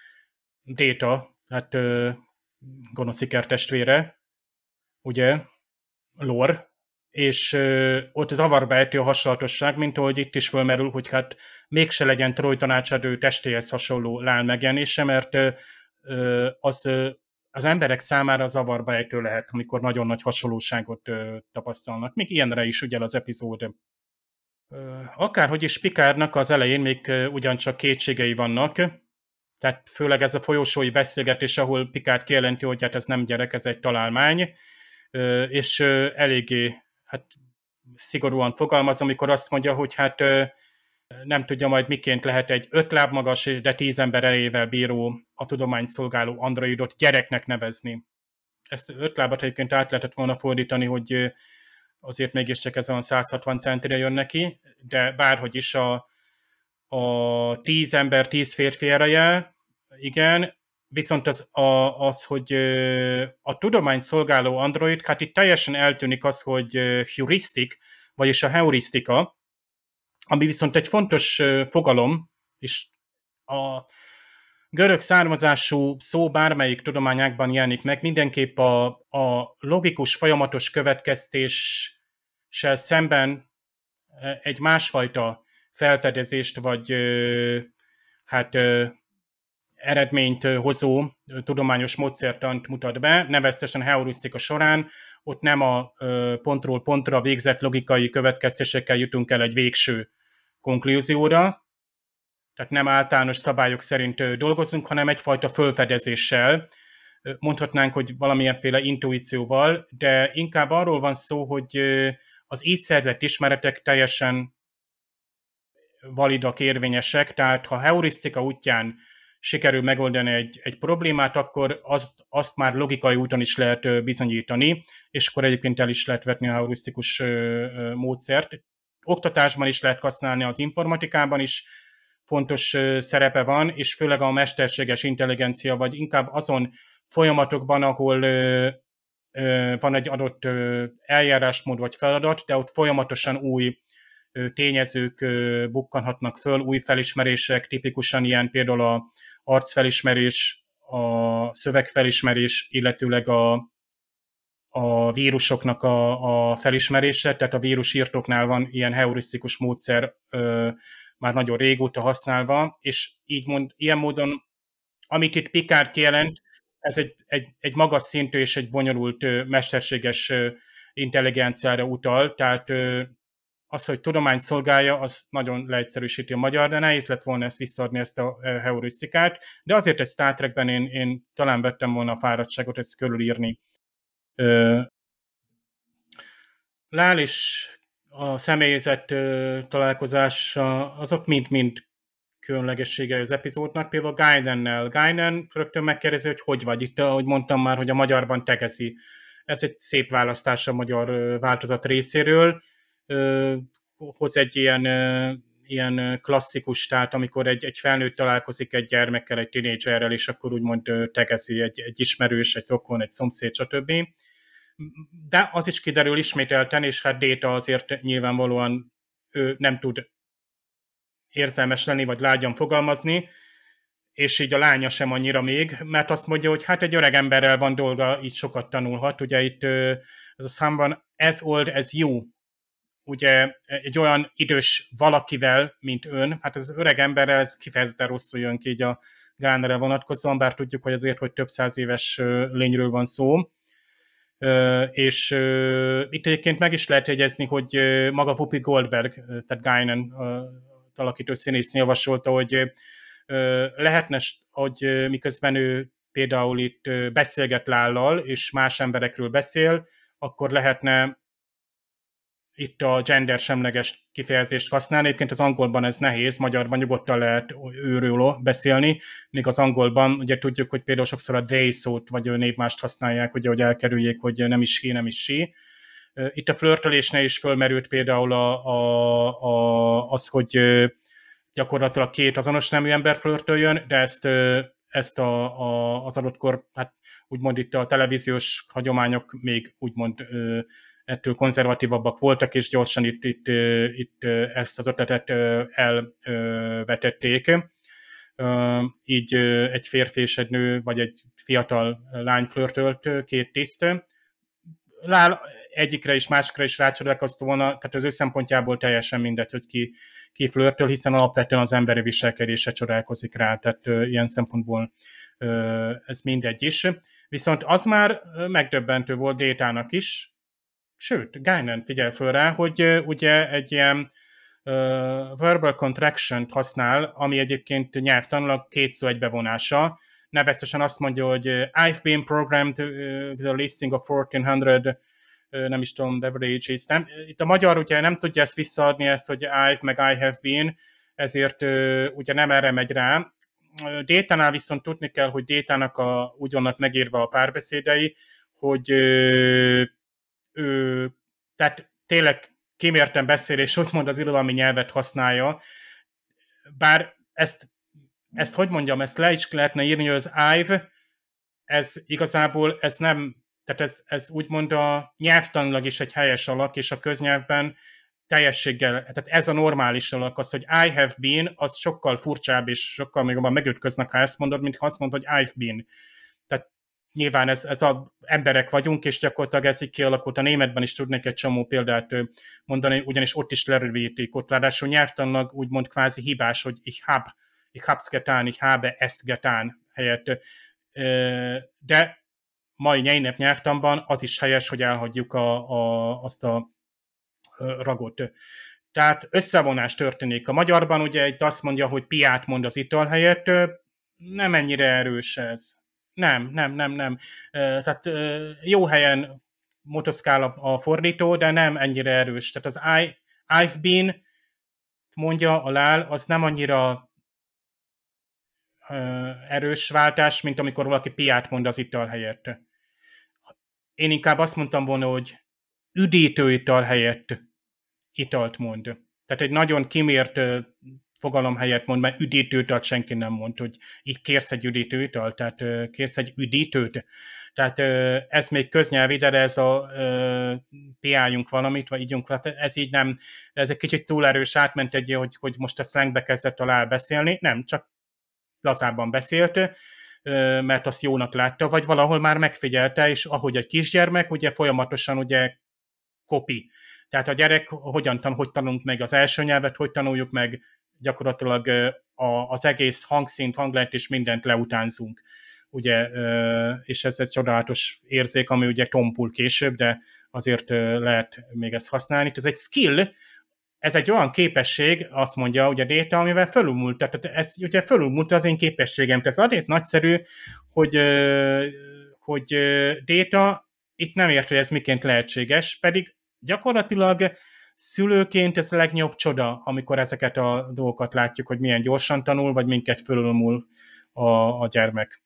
Data, hát uh, gonosz ikertestvére, ugye, Lore, és uh, ott az avarba ejtő a hasonlatosság, mint ahogy itt is fölmerül, hogy hát mégse legyen Troy tanácsadó testéhez hasonló Lál megjelenése, mert uh, az uh, az emberek számára zavarba ejtő lehet, amikor nagyon nagy hasonlóságot ö, tapasztalnak. Még ilyenre is ügyel az epizód. Ö, akárhogy is Picardnak az elején még ö, ugyancsak kétségei vannak, tehát főleg ez a folyosói beszélgetés, ahol Picard kijelenti, hogy hát ez nem gyerek, ez egy találmány, ö, és ö, eléggé hát, szigorúan fogalmaz, amikor azt mondja, hogy hát ö, nem tudja majd miként lehet egy öt láb magas, de tíz ember erejével bíró, a tudományt szolgáló androidot gyereknek nevezni. Ezt öt lábat egyébként át lehetett volna fordítani, hogy azért mégiscsak ez olyan száz hatvan centire jön neki, de bárhogy is a, a tíz ember, tíz férfi ereje, igen, viszont az, a, az, hogy a tudományt szolgáló android, hát itt teljesen eltűnik az, hogy heuristik, vagyis a heurisztika, ami viszont egy fontos fogalom, és a görög származású szó bármelyik tudományágban jelenik meg, mindenképp a, a logikus, folyamatos következtéssel szemben egy másfajta felfedezést, vagy hát eredményt hozó tudományos módszertant mutat be, nevezetesen heurisztika során. Ott nem a pontról pontra végzett logikai következtetésekkel jutunk el egy végső konklúzióra, tehát nem általános szabályok szerint dolgozunk, hanem egyfajta fölfedezéssel, mondhatnánk, hogy valamilyenféle intuícióval, de inkább arról van szó, hogy az így szerzett ismeretek teljesen validak, érvényesek, tehát ha heurisztika útján sikerül megoldani egy, egy problémát, akkor azt, azt már logikai úton is lehet bizonyítani, és akkor egyébként el is lehet vetni a heurisztikus módszert. Oktatásban is lehet használni, az informatikában is fontos szerepe van, és főleg a mesterséges intelligencia, vagy inkább azon folyamatokban, ahol van egy adott eljárásmód vagy feladat, de ott folyamatosan új tényezők bukkanhatnak föl, új felismerések, tipikusan ilyen például a arcfelismerés, a szövegfelismerés, illetőleg a, a vírusoknak a, a felismerése, tehát a vírusírtóknál van ilyen heurisztikus módszer ö, már nagyon régóta használva, és így mond, ilyen módon, amit itt Picard kijelent, ez egy, egy, egy magas szintű és egy bonyolult ö, mesterséges ö, intelligenciára utal, tehát ö, az, hogy tudományt szolgálja, az nagyon leegyszerűsíti a magyar, de nehéz lett volna ezt visszaadni, ezt a heurisztikát, de azért egy Star Trekben én, én talán vettem volna a fáradtságot ezt körülírni. Lál és a személyzet találkozása, azok mind-mind különlegessége az epizódnak, például Guinan-nel. Guinan rögtön megkérdezi, hogy hogy vagy. Itt, ahogy mondtam már, hogy a magyarban tegezi. Ez egy szép választás a magyar változat részéről. Hoz egy ilyen, ilyen klasszikus, tehát amikor egy, egy felnőtt találkozik egy gyermekkel, egy tínédzserrel, és akkor úgymond tegezi egy, egy ismerős, egy rokon, egy szomszéd, stb. De az is kiderül ismételten, és hát Data azért nyilvánvalóan ő nem tud érzelmes lenni, vagy lágyan fogalmazni, és így a lánya sem annyira még, mert azt mondja, hogy hát egy öreg emberrel van dolga, így sokat tanulhat. Ugye itt ez a számban as old as you, ugye egy olyan idős valakivel, mint ön, hát az öreg emberrel ez kifejezetten rosszul jön ki így a Gálnerre vonatkozóan, bár tudjuk, hogy azért, hogy több száz éves lényről van szó. És itt egyébként meg is lehet jegyezni, hogy maga Whoopi Goldberg, tehát Guinan alakító színésznő javasolta, hogy lehetne, hogy miközben ő például itt beszélget Lállal, és más emberekről beszél, akkor lehetne itt a gender semleges kifejezést használni. Egyébként az angolban ez nehéz, magyarban nyugodtan lehet őről beszélni, míg az angolban ugye tudjuk, hogy például sokszor a they szót vagy a névmást használják, ugye, hogy elkerüljék, hogy nem is he, nem is she. Itt a flörtölésnél is fölmerült például a, a, a, az, hogy gyakorlatilag két azonos nemű ember flörtöljön, de ezt, ezt a, a, az adottkor, hát úgymond itt a televíziós hagyományok még úgymond ettől konzervatívabbak voltak, és gyorsan itt, itt, itt ezt az ötletet elvetették. Így egy férfi és egy nő, vagy egy fiatal lány flörtölt két tiszt. Lál egyikre is, másikra is rácsodálkozott volna, tehát az ő szempontjából teljesen mindegy, hogy ki, ki flörtöl, hiszen alapvetően az emberi viselkedése csodálkozik rá, tehát ilyen szempontból ez mindegy is. Viszont az már megdöbbentő volt Détának is, sőt, Guinan figyel föl rá, hogy uh, ugye egy ilyen uh, verbal contraction-t használ, ami egyébként nyelvtanilag két szó egybevonása. Nevezetesen azt mondja, hogy uh, I've been programmed uh, with a listing of fourteen hundred, uh, nem is tudom, beverages. Nem, itt a magyar ugye nem tudja ezt visszaadni, ezt, hogy I've meg I have been, ezért uh, ugye nem erre megy rá. Détánál viszont tudni kell, hogy Détának a, úgy vannak megírva a párbeszédei, hogy uh, ő, tehát tényleg kimérten beszél, és úgymond az irodalmi nyelvet használja, bár ezt ezt hogy mondjam, ezt le is lehetne írni, hogy az I've, ez igazából, ez nem, tehát ez, ez úgymond a nyelvtanilag is egy helyes alak, és a köznyelvben teljességgel, tehát ez a normális alak, az, hogy I have been, az sokkal furcsább, és sokkal még abban megütköznek, ha ezt mondod, mint ha azt mondod, hogy I've been. Tehát nyilván ez, ez a emberek vagyunk, és gyakorlatilag ez így kialakult. A németben is tudnék egy csomó példát mondani, ugyanis ott is lerövidítik, ott ráadásul nyelvtanilag úgymond kvázi hibás, hogy ich hab, ich hab's getan, ich habe es getan helyett. De mai nyelv nyelvtanban az is helyes, hogy elhagyjuk a, a, azt a ragot. Tehát összevonás történik. A magyarban ugye itt azt mondja, hogy piát mond az ital helyett, nem ennyire erős ez. Nem, nem, nem, nem. Tehát jó helyen motoszkál a fordító, de nem ennyire erős. Tehát az I, I've been, mondja a lál, az nem annyira erős váltás, mint amikor valaki piát mond az ital helyett. Én inkább azt mondtam volna, hogy üdítő ital helyett italt mond. Tehát egy nagyon kimért fogalom helyett mond, mert üdítőt senki nem mond, hogy így kérsz egy üdítőt, tehát kérsz egy üdítőt. Tehát ez még köznyelvi, de ez a piáljunk valamit, vagy ígyunk, tehát ez így nem, ez egy kicsit túl erős, átment egy, hogy, hogy most a slangbe kezdett alá beszélni, nem, csak lazábban beszélt, mert azt jónak látta, vagy valahol már megfigyelte, és ahogy egy kisgyermek, ugye folyamatosan ugye kopi. Tehát a gyerek hogyan tan, hogy tanulunk meg az első nyelvet, hogy tanuljuk meg gyakorlatilag a, az egész hangszint, hanglát és mindent leutánzunk. Ugye, és ez egy csodálatos érzék, ami ugye tompul később, de azért lehet még ezt használni. Ez egy skill, ez egy olyan képesség, azt mondja ugye Déta, amivel fölülmúlt, tehát ez ugye fölülmúlt az én képességem. Ez azért nagyszerű, hogy, hogy Déta itt nem ért, hogy ez miként lehetséges, pedig gyakorlatilag szülőként ez a legnagyobb csoda, amikor ezeket a dolgokat látjuk, hogy milyen gyorsan tanul, vagy minket fölülmúl a, a gyermek.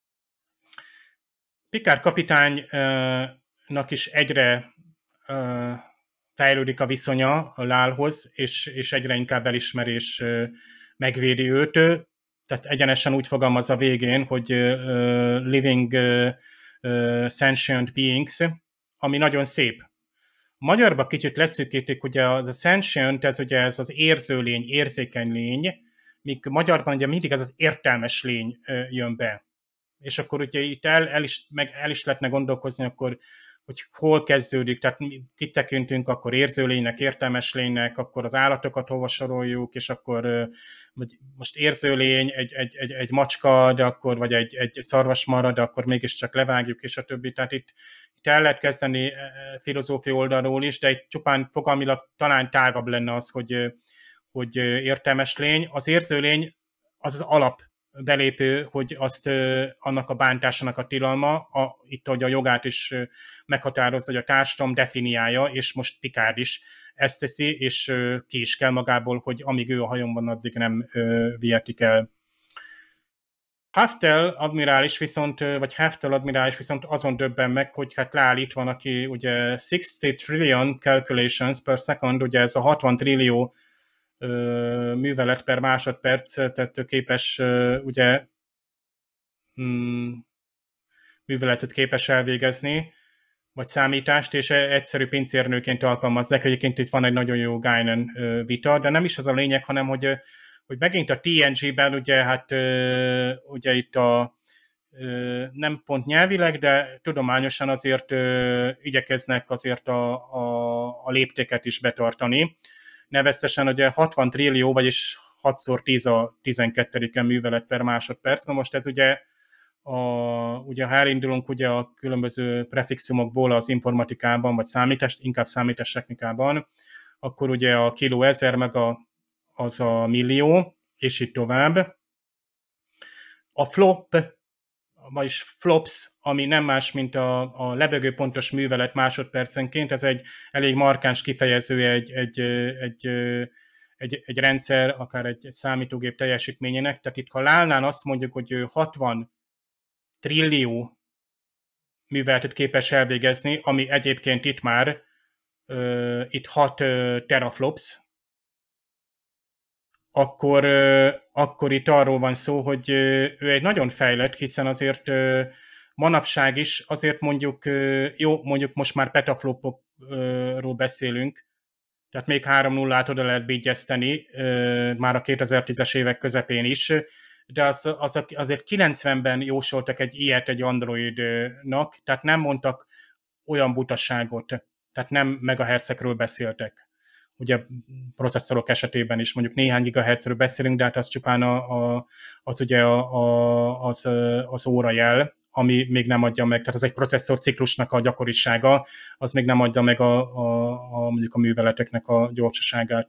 Picard kapitánynak is egyre fejlődik a viszonya a Lálhoz, és, és egyre inkább elismerés megvédi őt. Tehát egyenesen úgy fogalmaz a végén, hogy living sentient beings, ami nagyon szép. Magyarban kicsit leszűkítik, ugye az a sentient, ez ugye ez az érző lény, érzékeny lény, míg magyarban ugye mindig ez az értelmes lény jön be. És akkor ugye itt el, el, is, meg el is lehetne gondolkozni, akkor, hogy hol kezdődik, tehát kit tekintünk, akkor érző lénynek, értelmes lénynek, akkor az állatokat hova soroljuk, és akkor vagy most érző lény, egy, egy, egy, egy macska, de akkor, vagy egy, egy szarvasmarha, de akkor mégiscsak levágjuk, és a többi. Tehát itt, itt el lehet kezdeni filozófia oldalról is, de egy csupán fogalmilag talán tágabb lenne az, hogy, hogy értelmes lény. Az érző lény az az alap belépő, hogy azt annak a bántásának a tilalma, a, itt hogy a jogát is meghatározza, hogy a társadalom definiálja, és most Picard is ezt teszi, és ki is kell magából, hogy amíg ő a hajón van, addig nem vihetik el. Haftel admirális viszont, vagy Haftel admirális viszont azon döbben meg, hogy hát Lál itt van, aki ugye sixty trillion calculations per second, ugye ez a hatvan trillió művelet per másodperc, tehát képes ugye műveletet képes elvégezni, vagy számítást, és egyszerű pincérnőként alkalmazzák. Egyébként itt van egy nagyon jó Guinan vita, de nem is az a lényeg, hanem hogy, hogy megint a té en gé-ben ugye hát ugye itt a nem pont nyelvileg, de tudományosan azért igyekeznek azért a, a, a léptéket is betartani. Neveztesen ugye hatvan trillió, vagyis hatszor tíz a tizenkettediken művelet per másodperc. Na most ez ugye, a, ugye ha elindulunk ugye a különböző prefixumokból az informatikában, vagy számítás, inkább számítástechnikában, akkor ugye a kiló ezer, meg a, az a millió, és így tovább. A flop, vagyis flops, ami nem más, mint a, a lebegő pontos művelet másodpercenként, ez egy elég markáns kifejező egy, egy, egy, egy, egy rendszer, akár egy számítógép teljesítményének. Tehát itt, ha Lálnál azt mondjuk, hogy hatvan trillió műveletet képes elvégezni, ami egyébként itt már uh, itt hat uh, teraflops, akkor, akkor itt arról van szó, hogy ő egy nagyon fejlett, hiszen azért manapság is, azért mondjuk, jó, mondjuk most már petaflopokról beszélünk, tehát még három nullát oda lehet bígyeszteni, már a kétezer-tízes évek közepén is, de az, az, azért kilencvenben jósoltak egy ilyet egy Androidnak, tehát nem mondtak olyan butaságot, tehát nem megahertzekről beszéltek. Ugye processzorok esetében is mondjuk néhány gigahertzről beszélünk, de hát az csupán a, a, az ugye a, a, az, az órajel, ami még nem adja meg, tehát az egy processzor ciklusnak a gyakorisága, az még nem adja meg a, a, a, mondjuk a műveleteknek a gyorsaságát.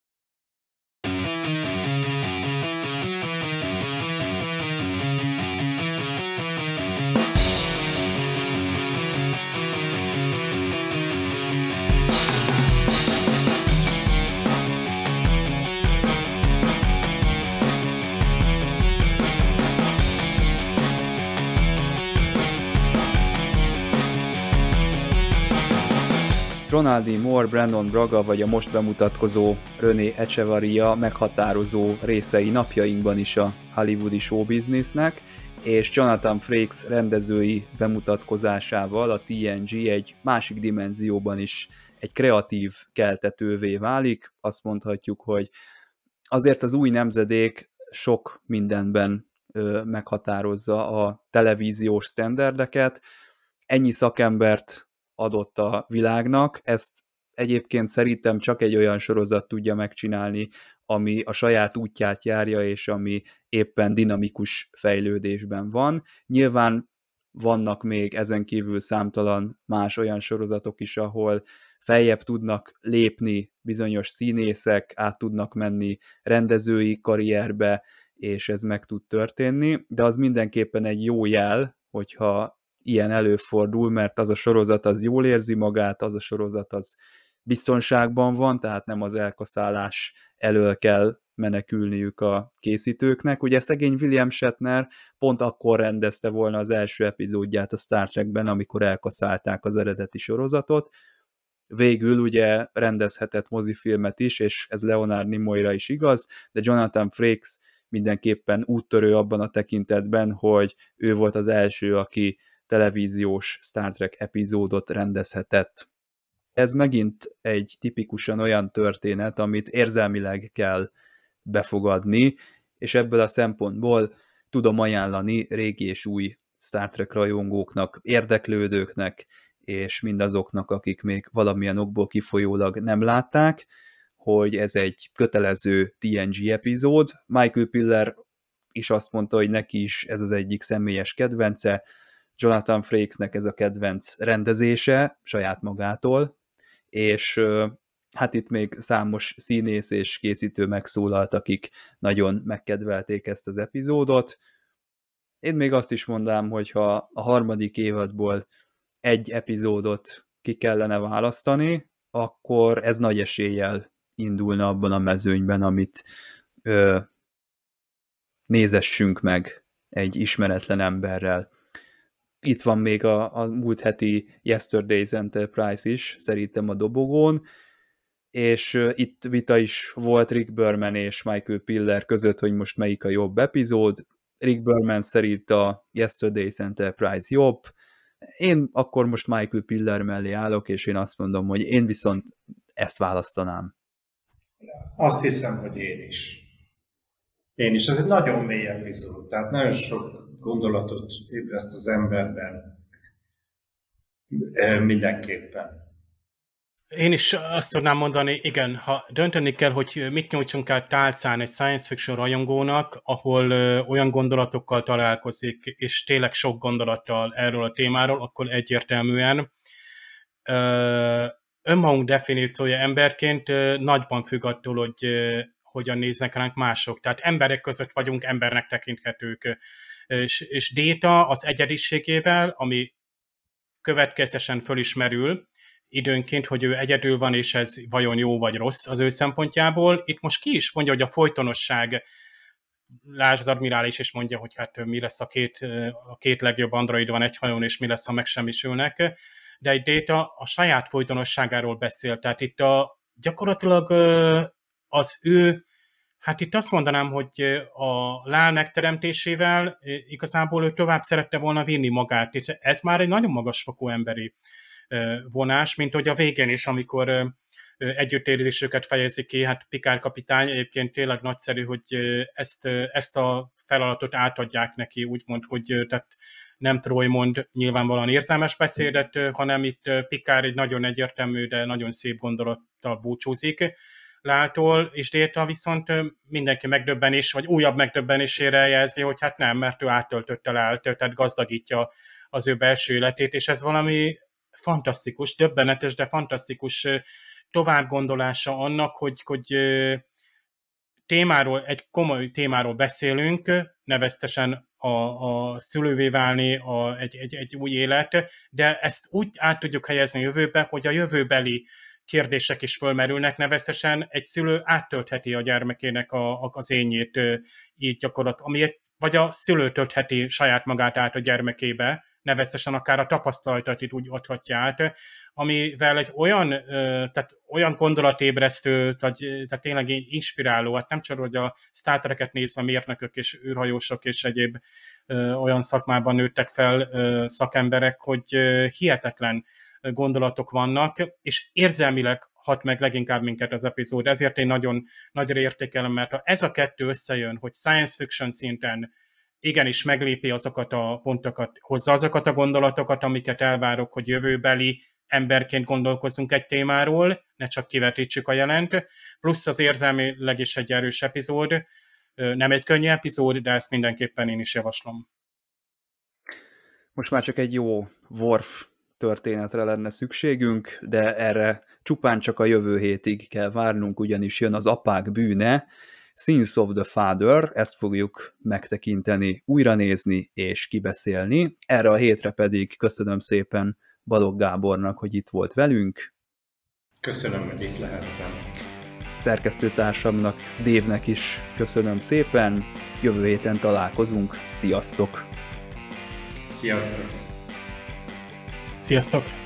Ronald D. Moore, Brandon Braga vagy a most bemutatkozó René Echevarria meghatározó részei napjainkban is a hollywoodi showbiznisznek, és Jonathan Frakes rendezői bemutatkozásával a té en gé egy másik dimenzióban is egy kreatív keltetővé válik. Azt mondhatjuk, hogy azért az új nemzedék sok mindenben ö, meghatározza a televíziós sztenderdeket. Ennyi szakembert adott a világnak, ezt egyébként szerintem csak egy olyan sorozat tudja megcsinálni, ami a saját útját járja, és ami éppen dinamikus fejlődésben van. Nyilván vannak még ezen kívül számtalan más olyan sorozatok is, ahol feljebb tudnak lépni bizonyos színészek, át tudnak menni rendezői karrierbe, és ez meg tud történni, de az mindenképpen egy jó jel, hogyha ilyen előfordul, mert az a sorozat az jól érzi magát, az a sorozat az biztonságban van, tehát nem az elkaszálás elől kell menekülniük a készítőknek. Ugye szegény William Shatner pont akkor rendezte volna az első epizódját a Star Trekben, amikor elkaszálták az eredeti sorozatot. Végül ugye rendezhetett mozifilmet is, és ez Leonard Nimoyra is igaz, de Jonathan Frakes mindenképpen úttörő abban a tekintetben, hogy ő volt az első, aki televíziós Star Trek epizódot rendezhetett. Ez megint egy tipikusan olyan történet, amit érzelmileg kell befogadni, és ebből a szempontból tudom ajánlani régi és új Star Trek rajongóknak, érdeklődőknek, és mindazoknak, akik még valamilyen okból kifolyólag nem látták, hogy ez egy kötelező té en gé epizód. Michael Piller is azt mondta, hogy neki is ez az egyik személyes kedvence, Jonathan Frakesnek ez a kedvenc rendezése saját magától, és hát itt még számos színész és készítő megszólalt, akik nagyon megkedvelték ezt az epizódot. Én még azt is mondám, hogy ha a harmadik évadból egy epizódot ki kellene választani, akkor ez nagy eséllyel indulna abban a mezőnyben, amit ö, nézessünk meg egy ismeretlen emberrel. Itt van még a, a múlt heti Yesterday's Enterprise is, szerintem a dobogón, és uh, itt vita is volt Rick Berman és Michael Piller között, hogy most melyik a jobb epizód. Rick Berman szerint a Yesterday's Enterprise jobb. Én akkor most Michael Piller mellé állok, és én azt mondom, hogy én viszont ezt választanám. Azt hiszem, hogy én is. Én is. Ez egy nagyon mély epizód, tehát nagyon sok gondolatot ébreszt az emberben mindenképpen. Én is azt tudnám mondani, igen, ha dönteni kell, hogy mit nyújtsunk el tálcán egy science fiction rajongónak, ahol ö, olyan gondolatokkal találkozik, és tényleg sok gondolattal erről a témáról, akkor egyértelműen ö, önmagunk definíciója emberként ö, nagyban függ attól, hogy ö, hogyan néznek ránk mások. Tehát emberek között vagyunk, embernek tekinthetők. És, és Déta az egyediségével, ami következtesen fölismerül időnként, hogy ő egyedül van, és ez vajon jó vagy rossz az ő szempontjából. Itt most ki is mondja, hogy a folytonosság, lásd az admirális is mondja, hogy hát mi lesz a két, a két legjobb android van egy hajón, és mi lesz, ha megsemmisülnek. De egy Déta a saját folytonosságáról beszél, tehát itt a, gyakorlatilag az ő Hát itt azt mondanám, hogy a Lál megteremtésével igazából ő tovább szerette volna vinni magát, és ez már egy nagyon magasfokú emberi vonás, mint hogy a végén is, amikor együttérzésüket fejezi ki, hát Picard kapitány egyébként tényleg nagyszerű, hogy ezt, ezt a feladatot átadják neki, úgymond, hogy tehát nem Troy mond nyilvánvalóan érzelmes beszédet, hanem itt Picard egy nagyon egyértelmű, de nagyon szép gondolattal búcsúzik Láltól, és Data viszont mindenki megdöbbenés, vagy újabb megdöbbenésére jelzi, hogy hát nem, mert ő áttöltötte Lált, tehát gazdagítja az ő belső életét, és ez valami fantasztikus, döbbenetes, de fantasztikus továbbgondolása annak, hogy, hogy témáról, egy komoly témáról beszélünk, neveztesen a, a szülővé válni, a, egy, egy, egy új élet, de ezt úgy át tudjuk helyezni a jövőbe, hogy a jövőbeli kérdések is fölmerülnek, neveztesen egy szülő áttöltheti a gyermekének a, a, az énjét így gyakorlat, amiért, vagy a szülő töltheti saját magát át a gyermekébe, neveztesen akár a tapasztalatot itt úgy adhatja át, amivel egy olyan, tehát olyan gondolatébresztő, tehát, tehát tényleg inspiráló, hát nem csak, hogy a Star Trek-et nézve mérnökök és űrhajósok és egyéb olyan szakmában nőttek fel szakemberek, hogy hihetetlen gondolatok vannak, és érzelmileg hat meg leginkább minket az epizód. Ezért én nagyon nagyra értékelem, mert ha ez a kettő összejön, hogy science fiction szinten igenis meglépi azokat a pontokat, hozza azokat a gondolatokat, amiket elvárok, hogy jövőbeli emberként gondolkozzunk egy témáról, ne csak kivetítsük a jelent, plusz az érzelmileg is egy erős epizód, nem egy könnyű epizód, de ezt mindenképpen én is javaslom. Most már csak egy jó Worf történetre lenne szükségünk, de erre csupán csak a jövő hétig kell várnunk, ugyanis jön az Apák bűne, Sins of the Father, ezt fogjuk megtekinteni, újranézni és kibeszélni. Erre a hétre pedig köszönöm szépen Balogh Gábornak, hogy itt volt velünk. Köszönöm, hogy itt lehettem. Szerkesztőtársamnak, Dévnek is köszönöm szépen. Jövő héten találkozunk. Sziasztok! Sziasztok! Sziasztok!